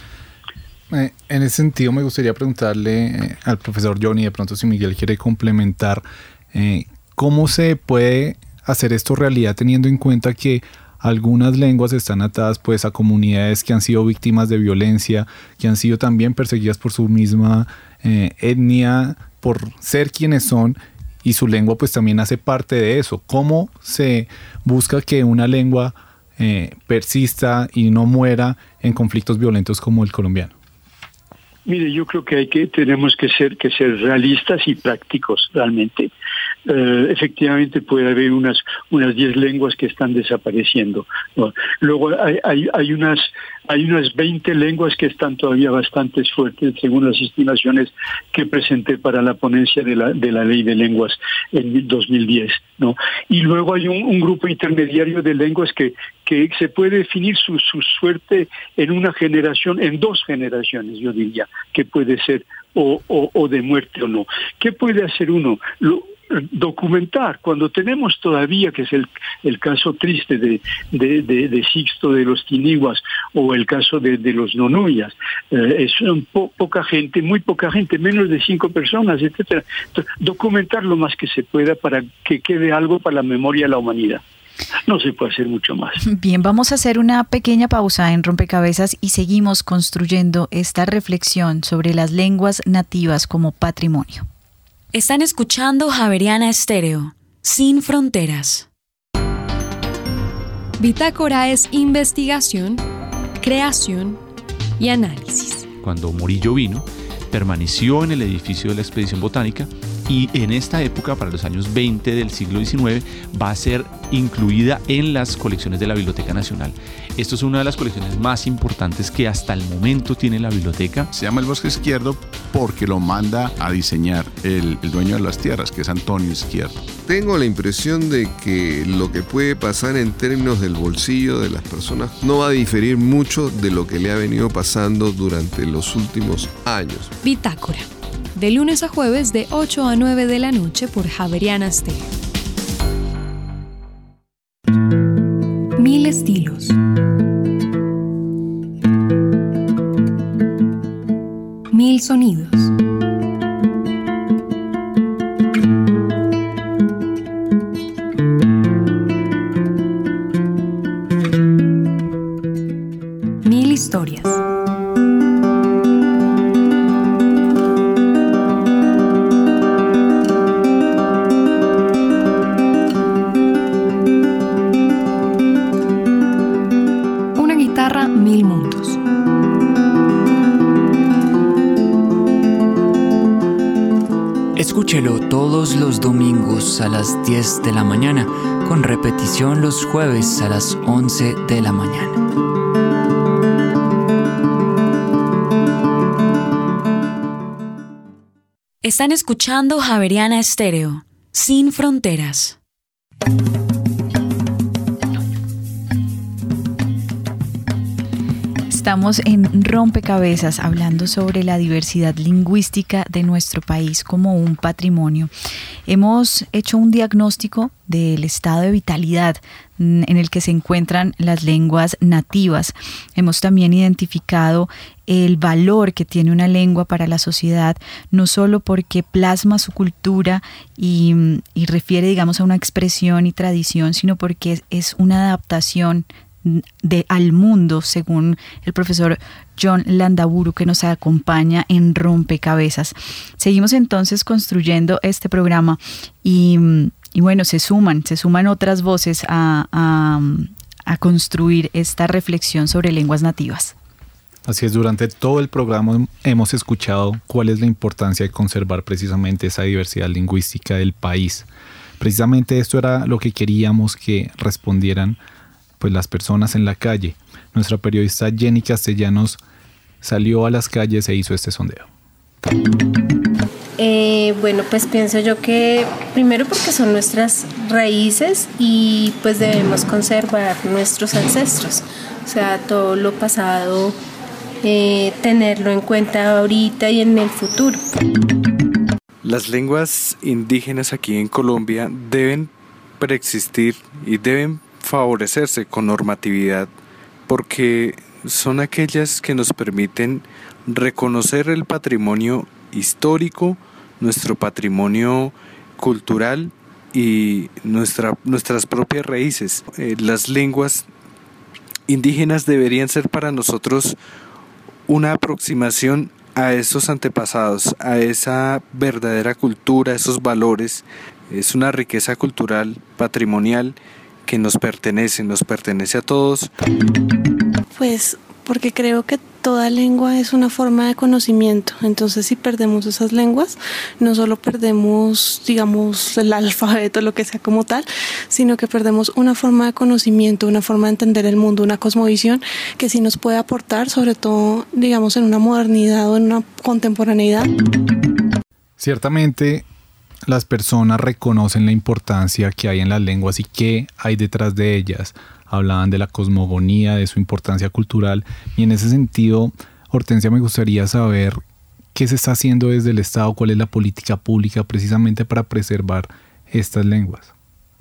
Eh, en ese sentido, me gustaría preguntarle eh, al profesor Johnny, de pronto si Miguel quiere complementar, eh, ¿cómo se puede hacer esto realidad teniendo en cuenta que algunas lenguas están atadas pues a comunidades que han sido víctimas de violencia, que han sido también perseguidas por su misma eh, etnia, por ser quienes son? Y su lengua pues también hace parte de eso. ¿Cómo se busca que una lengua eh, persista y no muera en conflictos violentos como el colombiano? Mire, yo creo que hay que tenemos que ser que ser realistas y prácticos realmente. Eh, efectivamente puede haber unas unas diez lenguas que están desapareciendo, ¿no? Luego hay, hay hay unas hay unas veinte lenguas que están todavía bastante fuertes según las estimaciones que presenté para la ponencia de la de la ley de lenguas en dos mil diez, ¿no? Y luego hay un, un grupo intermediario de lenguas que que se puede definir su su suerte en una generación, en dos generaciones, yo diría, que puede ser o o, o de muerte o no. ¿Qué puede hacer uno? Lo, documentar, cuando tenemos todavía, que es el, el caso triste de, de, de, de Sixto de los Tiniguas o el caso de, de los Nonuyas, eh, es po, poca gente, muy poca gente, menos de cinco personas, etcétera. Entonces, documentar lo más que se pueda para que quede algo para la memoria de la humanidad. No se puede hacer mucho más. Bien, vamos a hacer una pequeña pausa en Rompecabezas y seguimos construyendo esta reflexión sobre las lenguas nativas como patrimonio. Están escuchando Javeriana Estéreo, sin fronteras. Bitácora es investigación, creación y análisis. Cuando Murillo vino, permaneció en el edificio de la Expedición Botánica y en esta época, para los años veinte del siglo diecinueve, va a ser incluida en las colecciones de la Biblioteca Nacional. Esto es una de las colecciones más importantes que hasta el momento tiene la biblioteca. Se llama el Bosque Izquierdo porque lo manda a diseñar el, el dueño de las tierras, que es Antonio Izquierdo. Tengo la impresión de que lo que puede pasar en términos del bolsillo de las personas no va a diferir mucho de lo que le ha venido pasando durante los últimos años. Bitácora, de lunes a jueves de ocho a nueve de la noche por Javeriana Estéreo. Mil estilos. Mil sonidos. Mil historias. Una guitarra, mil mundos. Escúchelo todos los domingos a las diez de la mañana, con repetición los jueves a las once de la mañana. Están escuchando Javeriana Estéreo, sin fronteras. Estamos en Rompecabezas hablando sobre la diversidad lingüística de nuestro país como un patrimonio. Hemos hecho un diagnóstico del estado de vitalidad en el que se encuentran las lenguas nativas. Hemos también identificado el valor que tiene una lengua para la sociedad, no solo porque plasma su cultura y, y refiere, digamos, a una expresión y tradición, sino porque es una adaptación de, al mundo, según el profesor John Landaburu, que nos acompaña en Rompecabezas. Seguimos entonces construyendo este programa y, y bueno, se suman, se suman otras voces a, a, a construir esta reflexión sobre lenguas nativas. Así es, durante todo el programa hemos escuchado cuál es la importancia de conservar precisamente esa diversidad lingüística del país. Precisamente esto era lo que queríamos que respondieran pues las personas en la calle. Nuestra periodista Jenny Castellanos salió a las calles e hizo este sondeo. Eh, bueno, pues pienso yo que primero porque son nuestras raíces y pues debemos conservar nuestros ancestros, o sea, todo lo pasado, eh, tenerlo en cuenta ahorita y en el futuro. Las lenguas indígenas aquí en Colombia deben preexistir y deben favorecerse con normatividad porque son aquellas que nos permiten reconocer el patrimonio histórico, nuestro patrimonio cultural y nuestra, nuestras propias raíces. Eh, las lenguas indígenas deberían ser para nosotros una aproximación a esos antepasados, a esa verdadera cultura, esos valores. Es una riqueza cultural, patrimonial, que nos pertenece, nos pertenece a todos. Pues porque creo que toda lengua es una forma de conocimiento, entonces si perdemos esas lenguas, no solo perdemos, digamos, el alfabeto, lo que sea como tal, sino que perdemos una forma de conocimiento, una forma de entender el mundo, una cosmovisión que sí nos puede aportar, sobre todo, digamos, en una modernidad o en una contemporaneidad. Ciertamente, las personas reconocen la importancia que hay en las lenguas y qué hay detrás de ellas. Hablaban de la cosmogonía, de su importancia cultural, y en ese sentido, Hortensia, me gustaría saber qué se está haciendo desde el Estado, cuál es la política pública precisamente para preservar estas lenguas.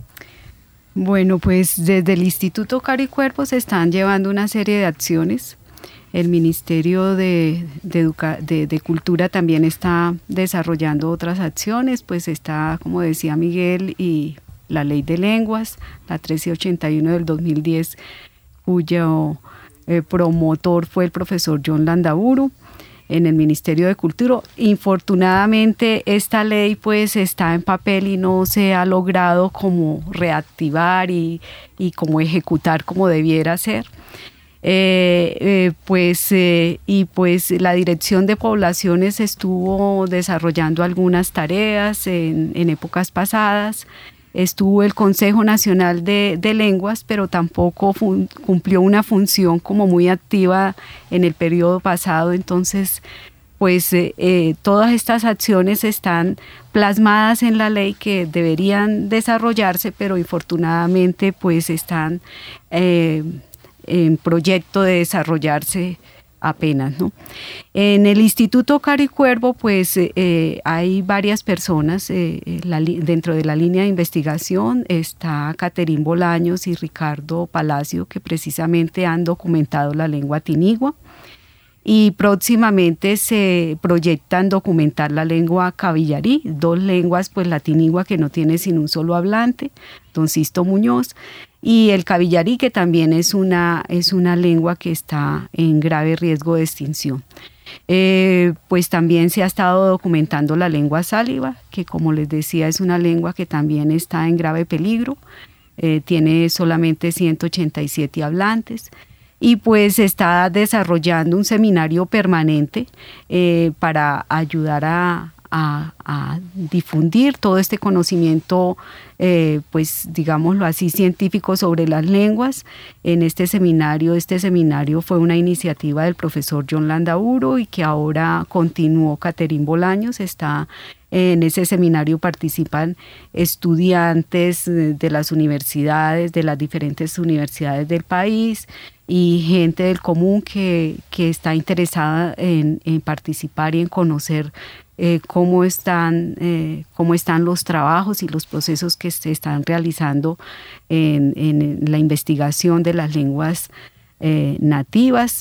Bueno, pues desde el Instituto Caro y Cuerpo se están llevando una serie de acciones. El Ministerio de, de, Educa- de, de Cultura también está desarrollando otras acciones, pues está, como decía Miguel, y la Ley de Lenguas, la trece ochenta y uno del dos mil diez, cuyo eh, promotor fue el profesor John Landaburu en el Ministerio de Cultura. Infortunadamente esta ley pues está en papel y no se ha logrado como reactivar y, y como ejecutar como debiera ser. Eh, eh, pues eh, y pues la Dirección de Poblaciones estuvo desarrollando algunas tareas en, en épocas pasadas. Estuvo el Consejo Nacional de, de Lenguas, pero tampoco fun, cumplió una función como muy activa en el periodo pasado. Entonces, pues eh, eh, todas estas acciones están plasmadas en la ley que deberían desarrollarse, pero infortunadamente pues están eh, en proyecto de desarrollarse apenas, ¿no? En el Instituto Caricuervo, pues eh, hay varias personas eh, la, dentro de la línea de investigación. Está Caterín Bolaños y Ricardo Palacio, que precisamente han documentado la lengua tinigua. Y próximamente se proyectan documentar la lengua cabillarí, dos lenguas, pues la tinigua, que no tiene sino un solo hablante, don Sisto Muñoz, y el cabillarí, que también es una, es una lengua que está en grave riesgo de extinción. Eh, pues también se ha estado documentando la lengua sáliva, que como les decía es una lengua que también está en grave peligro, eh, tiene solamente ciento ochenta y siete hablantes. Y pues está desarrollando un seminario permanente eh, para ayudar a, a, a difundir todo este conocimiento, eh, pues digámoslo así, científico sobre las lenguas. En este seminario, este seminario fue una iniciativa del profesor John Landaburu y que ahora continuó Caterín Bolaños. Está en ese seminario participan estudiantes de las universidades, de las diferentes universidades del país, y gente del común que, que está interesada en, en participar y en conocer eh, cómo están, eh, cómo están los trabajos y los procesos que se están realizando en, en la investigación de las lenguas eh, nativas.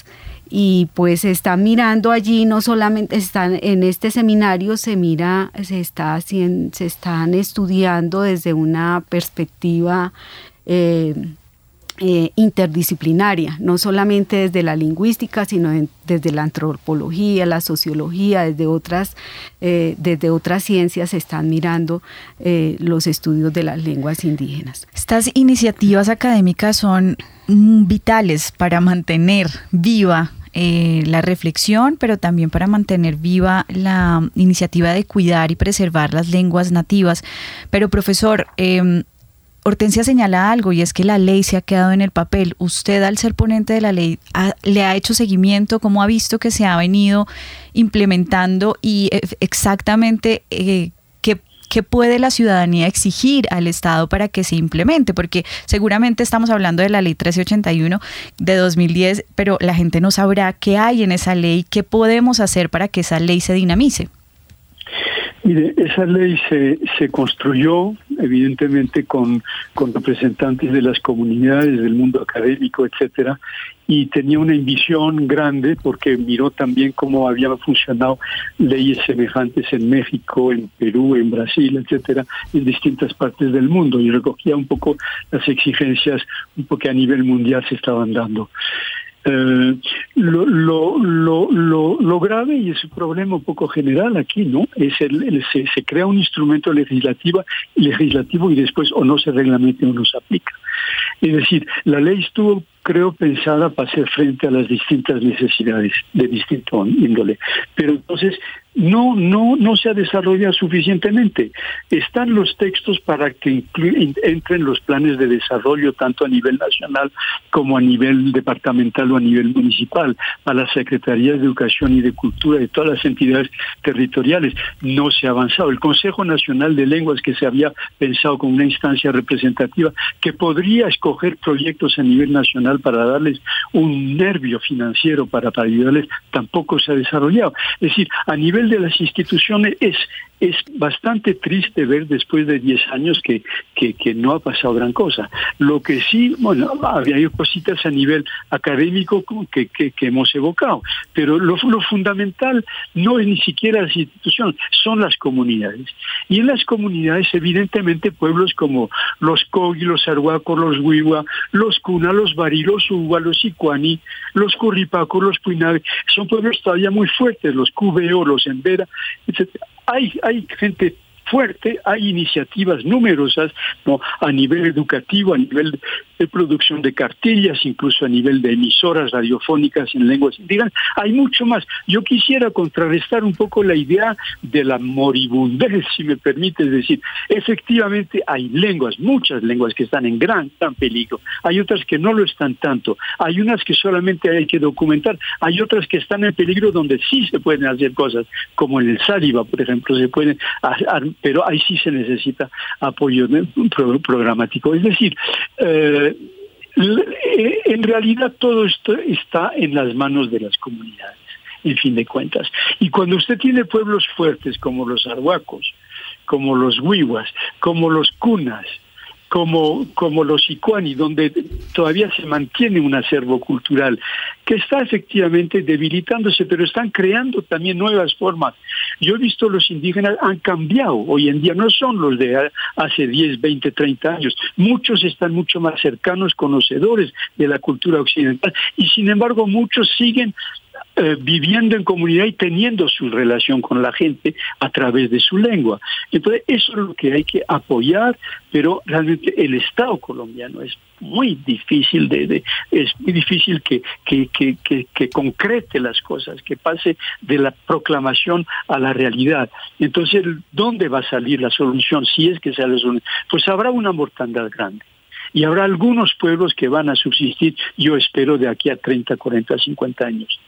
Y pues están mirando allí, no solamente están en este seminario, se mira, se está haciendo, se están estudiando desde una perspectiva eh, Eh, interdisciplinaria, no solamente desde la lingüística, sino en, desde la antropología, la sociología, desde otras, eh, desde otras ciencias se están mirando eh, los estudios de las lenguas indígenas. Estas iniciativas académicas son mm, vitales para mantener viva eh, la reflexión, pero también para mantener viva la iniciativa de cuidar y preservar las lenguas nativas. Pero profesor, eh, Hortensia señala algo, y es que la ley se ha quedado en el papel. Usted, al ser ponente de la ley, ha, ¿le ha hecho seguimiento? ¿Cómo ha visto que se ha venido implementando? Y eh, exactamente eh, ¿qué, qué puede la ciudadanía exigir al Estado para que se implemente? Porque seguramente estamos hablando de la ley trece ochenta y uno de dos mil diez, pero la gente no sabrá qué hay en esa ley, qué podemos hacer para que esa ley se dinamice. Mire, esa ley se, se construyó evidentemente con, con representantes de las comunidades, del mundo académico, etcétera, y tenía una visión grande porque miró también cómo habían funcionado leyes semejantes en México, en Perú, en Brasil, etcétera, en distintas partes del mundo, y recogía un poco las exigencias un poco que a nivel mundial se estaban dando. Uh, lo, lo, lo, lo, lo grave, y es un problema un poco general aquí, ¿no? Es el, el se, se crea un instrumento legislativo, legislativo y después o no se reglamenta o no se aplica. Es decir, la ley estuvo, creo, pensada para hacer frente a las distintas necesidades de distinto índole, pero entonces no no no se ha desarrollado suficientemente. Están los textos para que inclu- entren los planes de desarrollo tanto a nivel nacional como a nivel departamental o a nivel municipal, a las secretarías de Educación y de Cultura de todas las entidades territoriales. No se ha avanzado. El Consejo Nacional de Lenguas, que se había pensado como una instancia representativa que podría escoger proyectos a nivel nacional para darles un nervio financiero para, para ayudarles, tampoco se ha desarrollado. Es decir, a nivel de las instituciones es es bastante triste ver después de diez años que, que, que no ha pasado gran cosa. Lo que sí, bueno, había cositas a nivel académico que, que, que hemos evocado, pero lo, lo fundamental no es ni siquiera las instituciones, son las comunidades. Y en las comunidades, evidentemente, pueblos como los Cogi, los Arhuacos, los Huigua, los Cuna, los Bari, los Uwa, los Icuani, los Curripacos, los Puinabe, son pueblos todavía muy fuertes, los Cubeo, los Embera, etcétera. Hay, hay gente fuerte, hay iniciativas numerosas, ¿no?, a nivel educativo, a nivel de producción de cartillas, incluso a nivel de emisoras radiofónicas en lenguas indígenas. Hay mucho más. Yo quisiera contrarrestar un poco la idea de la moribundez, si me permite, es decir, efectivamente hay lenguas, muchas lenguas que están en gran, gran peligro. Hay otras que no lo están tanto. Hay unas que solamente hay que documentar. Hay otras que están en peligro donde sí se pueden hacer cosas, como en el Sáliva, por ejemplo, se pueden hacer, pero ahí sí se necesita apoyo programático. Es decir, eh, En realidad todo esto está en las manos de las comunidades, en fin de cuentas. Y cuando usted tiene pueblos fuertes como los arhuacos, como los huihuas, como los cunas, como, como los sicuani, donde todavía se mantiene un acervo cultural que está efectivamente debilitándose, pero están creando también nuevas formas. Yo he visto los indígenas han cambiado, hoy en día no son los de hace diez, veinte, treinta años, muchos están mucho más cercanos, conocedores de la cultura occidental, y sin embargo muchos siguen Eh, viviendo en comunidad y teniendo su relación con la gente a través de su lengua. Entonces eso es lo que hay que apoyar, pero realmente el Estado colombiano es muy difícil de, de es muy difícil que, que, que, que, que concrete las cosas, que pase de la proclamación a la realidad. Entonces, ¿dónde va a salir la solución? Si es que sale la solución, pues habrá una mortandad grande. Y habrá algunos pueblos que van a subsistir, yo espero, de aquí a treinta, cuarenta, cincuenta años.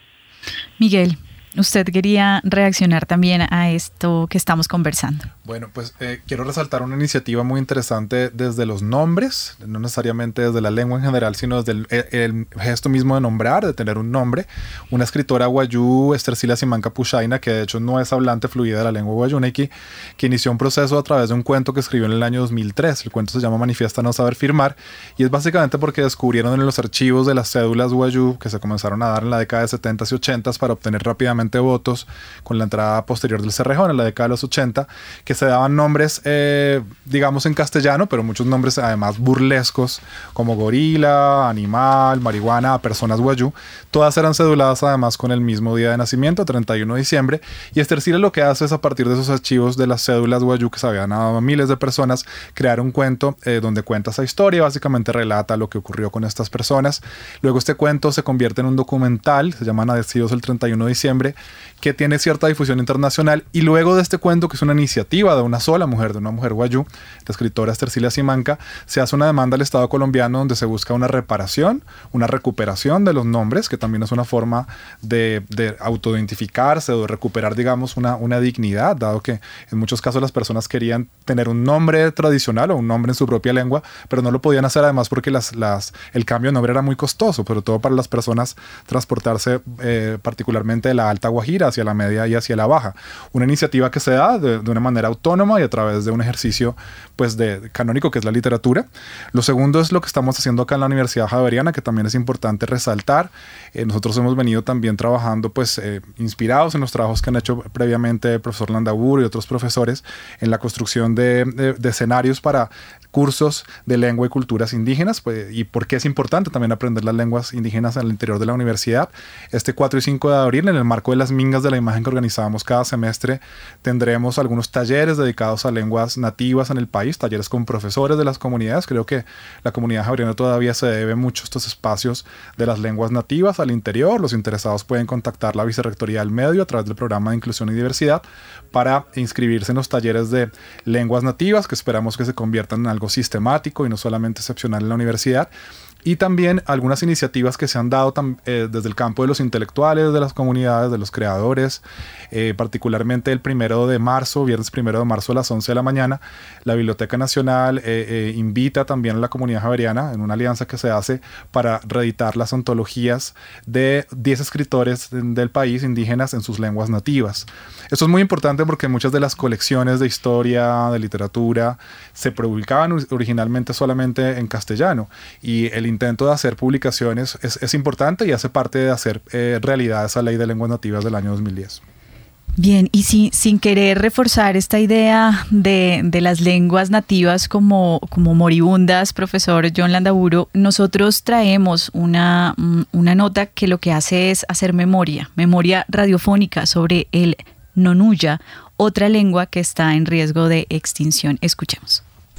Miguel, usted quería reaccionar también a esto que estamos conversando. Bueno, pues eh, quiero resaltar una iniciativa muy interesante desde los nombres, no necesariamente desde la lengua en general, sino desde el, el, el gesto mismo de nombrar, de tener un nombre. Una escritora guayú, Estercila Simanca Puchaina, que de hecho no es hablante fluida de la lengua guayunequi, que inició un proceso a través de un cuento que escribió en el año dos mil tres. El cuento se llama Manifiesta no saber firmar, y es básicamente porque descubrieron en los archivos de las cédulas guayú, que se comenzaron a dar en la década de setentas y ochentas para obtener rápidamente votos con la entrada posterior del Cerrejón en la década de los ochenta, que se daban nombres, eh, digamos en castellano, pero muchos nombres además burlescos, como gorila, animal, marihuana, a personas guayú. Todas eran ceduladas además con el mismo día de nacimiento, treinta y uno de diciembre, y Estercila lo que hace es, a partir de esos archivos de las cédulas guayú que se habían dado a miles de personas, crear un cuento eh, donde cuenta esa historia, básicamente relata lo que ocurrió con estas personas. Luego este cuento se convierte en un documental, se llama Nacidos el treinta y uno de diciembre, que tiene cierta difusión internacional, y luego de este cuento, que es una iniciativa de una sola mujer, de una mujer guayú, la escritora Estercila Simanca, se hace una demanda al Estado colombiano donde se busca una reparación, una recuperación de los nombres, que también es una forma de, de autoidentificarse o de recuperar, digamos, una, una dignidad, dado que en muchos casos las personas querían tener un nombre tradicional o un nombre en su propia lengua, pero no lo podían hacer además porque las, las, el cambio de nombre era muy costoso, sobre todo para las personas transportarse eh, particularmente de la Alta Guajira hacia la Media y hacia la Baja. Una iniciativa que se da de, de una manera autónoma y a través de un ejercicio pues de, de canónico, que es la literatura. Lo segundo es lo que estamos haciendo acá en la Universidad Javeriana, que también es importante resaltar. Eh, nosotros hemos venido también trabajando pues eh, inspirados en los trabajos que han hecho previamente el profesor Landaburu y otros profesores en la construcción de, de, de escenarios para cursos de lengua y culturas indígenas, pues, y por qué es importante también aprender las lenguas indígenas al interior de la universidad. Este cuatro y cinco de abril, en el marco de las mingas de la imagen que organizamos cada semestre, tendremos algunos talleres dedicados a lenguas nativas en el país, talleres con profesores de las comunidades. Creo que la comunidad javeriana todavía se debe mucho estos espacios de las lenguas nativas al interior. Los interesados pueden contactar la Vicerrectoría del Medio a través del Programa de Inclusión y Diversidad para inscribirse en los talleres de lenguas nativas, que esperamos que se conviertan en algo sistemático y no solamente excepcional en la universidad. Y también algunas iniciativas que se han dado eh, desde el campo de los intelectuales, de las comunidades, de los creadores, eh, particularmente el primero de marzo, viernes primero de marzo a las once de la mañana, la Biblioteca Nacional eh, eh, invita también a la comunidad javeriana en una alianza que se hace para reeditar las antologías de diez escritores del país indígenas en sus lenguas nativas. Esto es muy importante porque muchas de las colecciones de historia, de literatura, se publicaban originalmente solamente en castellano, y el intento de hacer publicaciones es, es importante y hace parte de hacer eh, realidad esa ley de lenguas nativas del año dos mil diez. Bien, y si, sin querer reforzar esta idea de, de las lenguas nativas como, como moribundas, profesor John Landaburu, nosotros traemos una, una nota que lo que hace es hacer memoria, memoria radiofónica sobre el nonuya, otra lengua que está en riesgo de extinción. Escuchemos.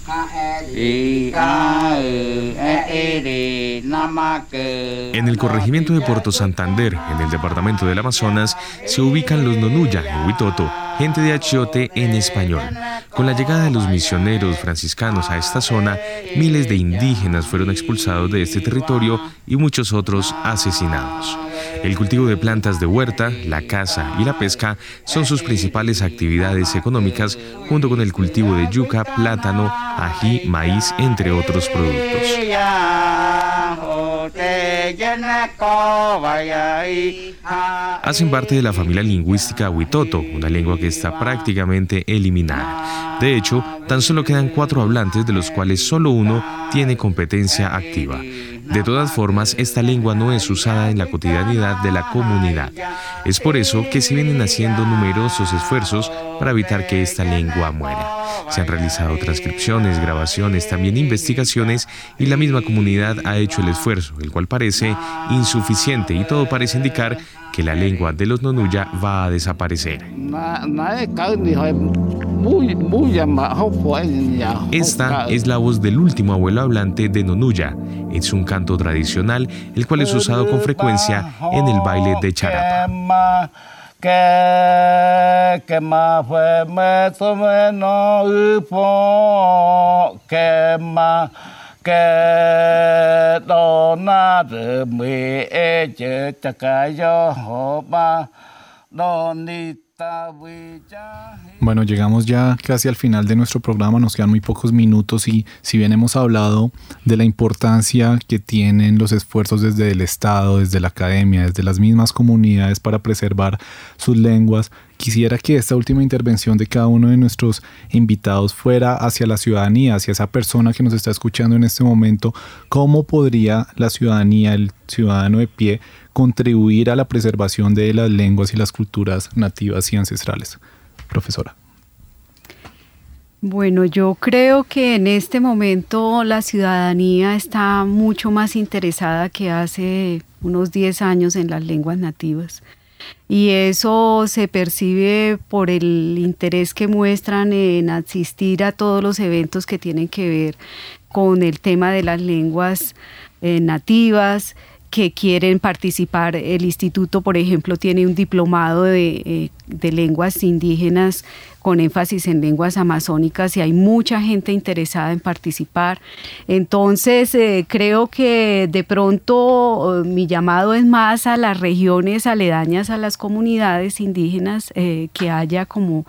En el corregimiento de Puerto Santander, en el departamento del Amazonas, se ubican los nonuya en Huitoto, gente de achiote en español. Con la llegada de los misioneros franciscanos a esta zona, miles de indígenas fueron expulsados de este territorio y muchos otros asesinados. El cultivo de plantas de huerta, la caza y la pesca son sus principales actividades económicas, junto con el cultivo de yuca, plátano, ají, maíz, entre otros productos. Hacen parte de la familia lingüística huitoto, una lengua que está prácticamente eliminada. De hecho, tan solo quedan cuatro hablantes, de los cuales solo uno tiene competencia activa. De todas formas, esta lengua no es usada en la cotidianidad de la comunidad. Es por eso que se vienen haciendo numerosos esfuerzos para evitar que esta lengua muera. Se han realizado transcripciones, grabaciones, también investigaciones, y la misma comunidad ha hecho el esfuerzo, el cual parece insuficiente, y todo parece indicar que la lengua de los Nonuya va a desaparecer. Esta es la voz del último abuelo hablante de Nonuya. Es un canto tradicional, el cual es usado con frecuencia en el baile de charapa. Bueno, llegamos ya casi al final de nuestro programa, nos quedan muy pocos minutos, y si bien hemos hablado de la importancia que tienen los esfuerzos desde el Estado, desde la academia, desde las mismas comunidades para preservar sus lenguas, quisiera que esta última intervención de cada uno de nuestros invitados fuera hacia la ciudadanía, hacia esa persona que nos está escuchando en este momento. ¿Cómo podría la ciudadanía, el ciudadano de pie, contribuir a la preservación de las lenguas y las culturas nativas y ancestrales? Profesora. Bueno, yo creo que en este momento la ciudadanía está mucho más interesada que hace unos diez años en las lenguas nativas. Y eso se percibe por el interés que muestran en asistir a todos los eventos que tienen que ver con el tema de las lenguas eh, nativas, que quieren participar. El instituto, por ejemplo, tiene un diplomado de, eh, de lenguas indígenas con énfasis en lenguas amazónicas, y hay mucha gente interesada en participar. Entonces, eh, creo que de pronto eh, mi llamado es más a las regiones aledañas a las comunidades indígenas, eh, que haya como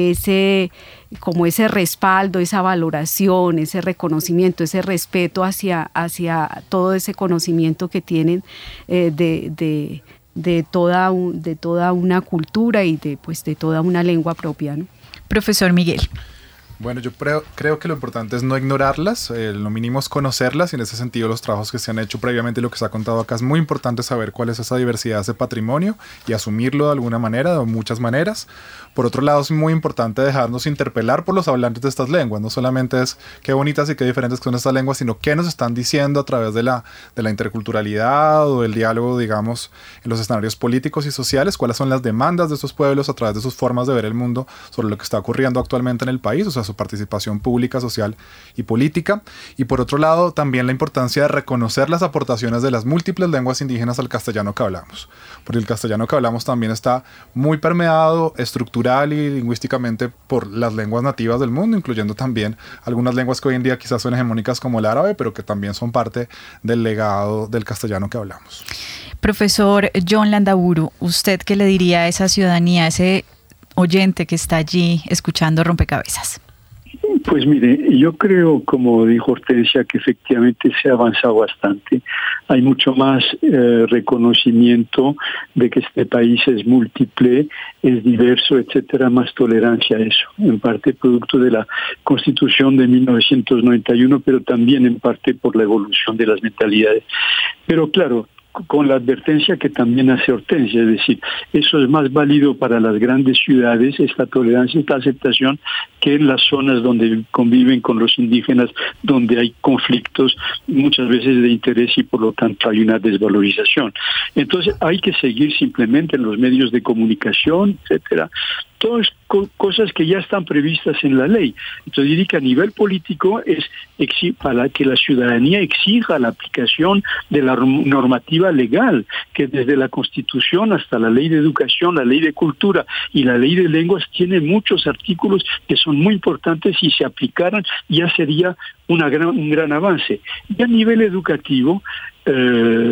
ese, como ese respaldo, esa valoración, ese reconocimiento, ese respeto hacia, hacia todo ese conocimiento que tienen eh, de, de, de, toda un, de toda una cultura y de, pues, de toda una lengua propia, ¿no? Profesor Miguel. Bueno, yo creo, creo que lo importante es no ignorarlas, eh, lo mínimo es conocerlas, y en ese sentido los trabajos que se han hecho previamente y lo que se ha contado acá es muy importante saber cuál es esa diversidad, ese patrimonio, y asumirlo de alguna manera, de muchas maneras. Por otro lado, es muy importante dejarnos interpelar por los hablantes de estas lenguas. No solamente es qué bonitas y qué diferentes son estas lenguas, sino qué nos están diciendo a través de la, de la interculturalidad o del diálogo, digamos, en los escenarios políticos y sociales, cuáles son las demandas de estos pueblos a través de sus formas de ver el mundo sobre lo que está ocurriendo actualmente en el país, o sea, su participación pública, social y política. Y por otro lado, también la importancia de reconocer las aportaciones de las múltiples lenguas indígenas al castellano que hablamos, porque el castellano que hablamos también está muy permeado estructural y lingüísticamente por las lenguas nativas del mundo, incluyendo también algunas lenguas que hoy en día quizás son hegemónicas como el árabe, pero que también son parte del legado del castellano que hablamos. Profesor John Landaburu, ¿usted qué le diría a esa ciudadanía, a ese oyente que está allí escuchando Rompecabezas? Pues mire, yo creo, como dijo Hortensia, que efectivamente se ha avanzado bastante. Hay mucho más eh, reconocimiento de que este país es múltiple, es diverso, etcétera, más tolerancia a eso. En parte producto de la Constitución de mil novecientos noventa y uno, pero también en parte por la evolución de las mentalidades. Pero claro, con la advertencia que también hace Hortensia, es decir, eso es más válido para las grandes ciudades, esta tolerancia, esta aceptación, que en las zonas donde conviven con los indígenas, donde hay conflictos muchas veces de interés y por lo tanto hay una desvalorización. Entonces hay que seguir simplemente en los medios de comunicación, etcétera, todas co- cosas que ya están previstas en la ley. Entonces diría que a nivel político es exi- para que la ciudadanía exija la aplicación de la normativa legal, que desde la Constitución hasta la Ley de Educación, la Ley de Cultura y la Ley de Lenguas tiene muchos artículos que son muy importantes, y si se aplicaran ya sería una gran, un gran avance. Y a nivel educativo, eh,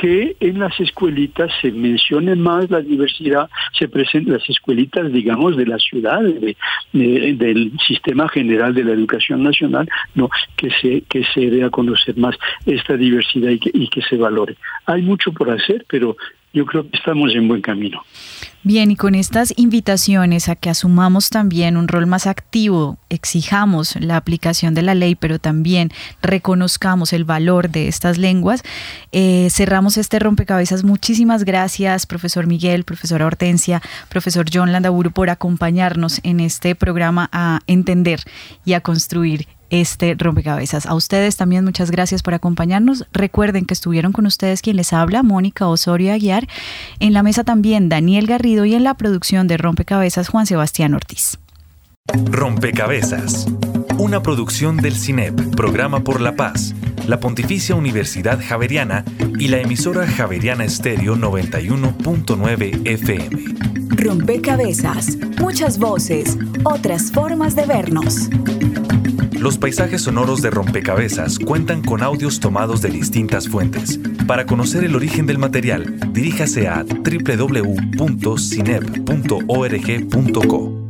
que en las escuelitas se mencione más la diversidad, se presenten las escuelitas, digamos, de la ciudad, de, de, del sistema general de la educación nacional, no, que se que se dé a conocer más esta diversidad y que, y que se valore. Hay mucho por hacer, pero yo creo que estamos en buen camino. Bien, y con estas invitaciones a que asumamos también un rol más activo, exijamos la aplicación de la ley, pero también reconozcamos el valor de estas lenguas, eh, cerramos este rompecabezas. Muchísimas gracias, profesor Miguel, profesora Hortensia, profesor John Landaburu, por acompañarnos en este programa a entender y a construir este rompecabezas. A ustedes también muchas gracias por acompañarnos. Recuerden que estuvieron con ustedes quien les habla, Mónica Osorio Aguiar, en la mesa también Daniel Garrido y en la producción de Rompecabezas Juan Sebastián Ortiz. Rompecabezas, una producción del CINEP, Programa por la Paz, la Pontificia Universidad Javeriana y la emisora Javeriana Estéreo noventa y uno punto nueve F M. Rompecabezas, muchas voces, otras formas de vernos. Los paisajes sonoros de Rompecabezas cuentan con audios tomados de distintas fuentes. Para conocer el origen del material, diríjase a doble u doble u doble u punto cinep punto org punto co.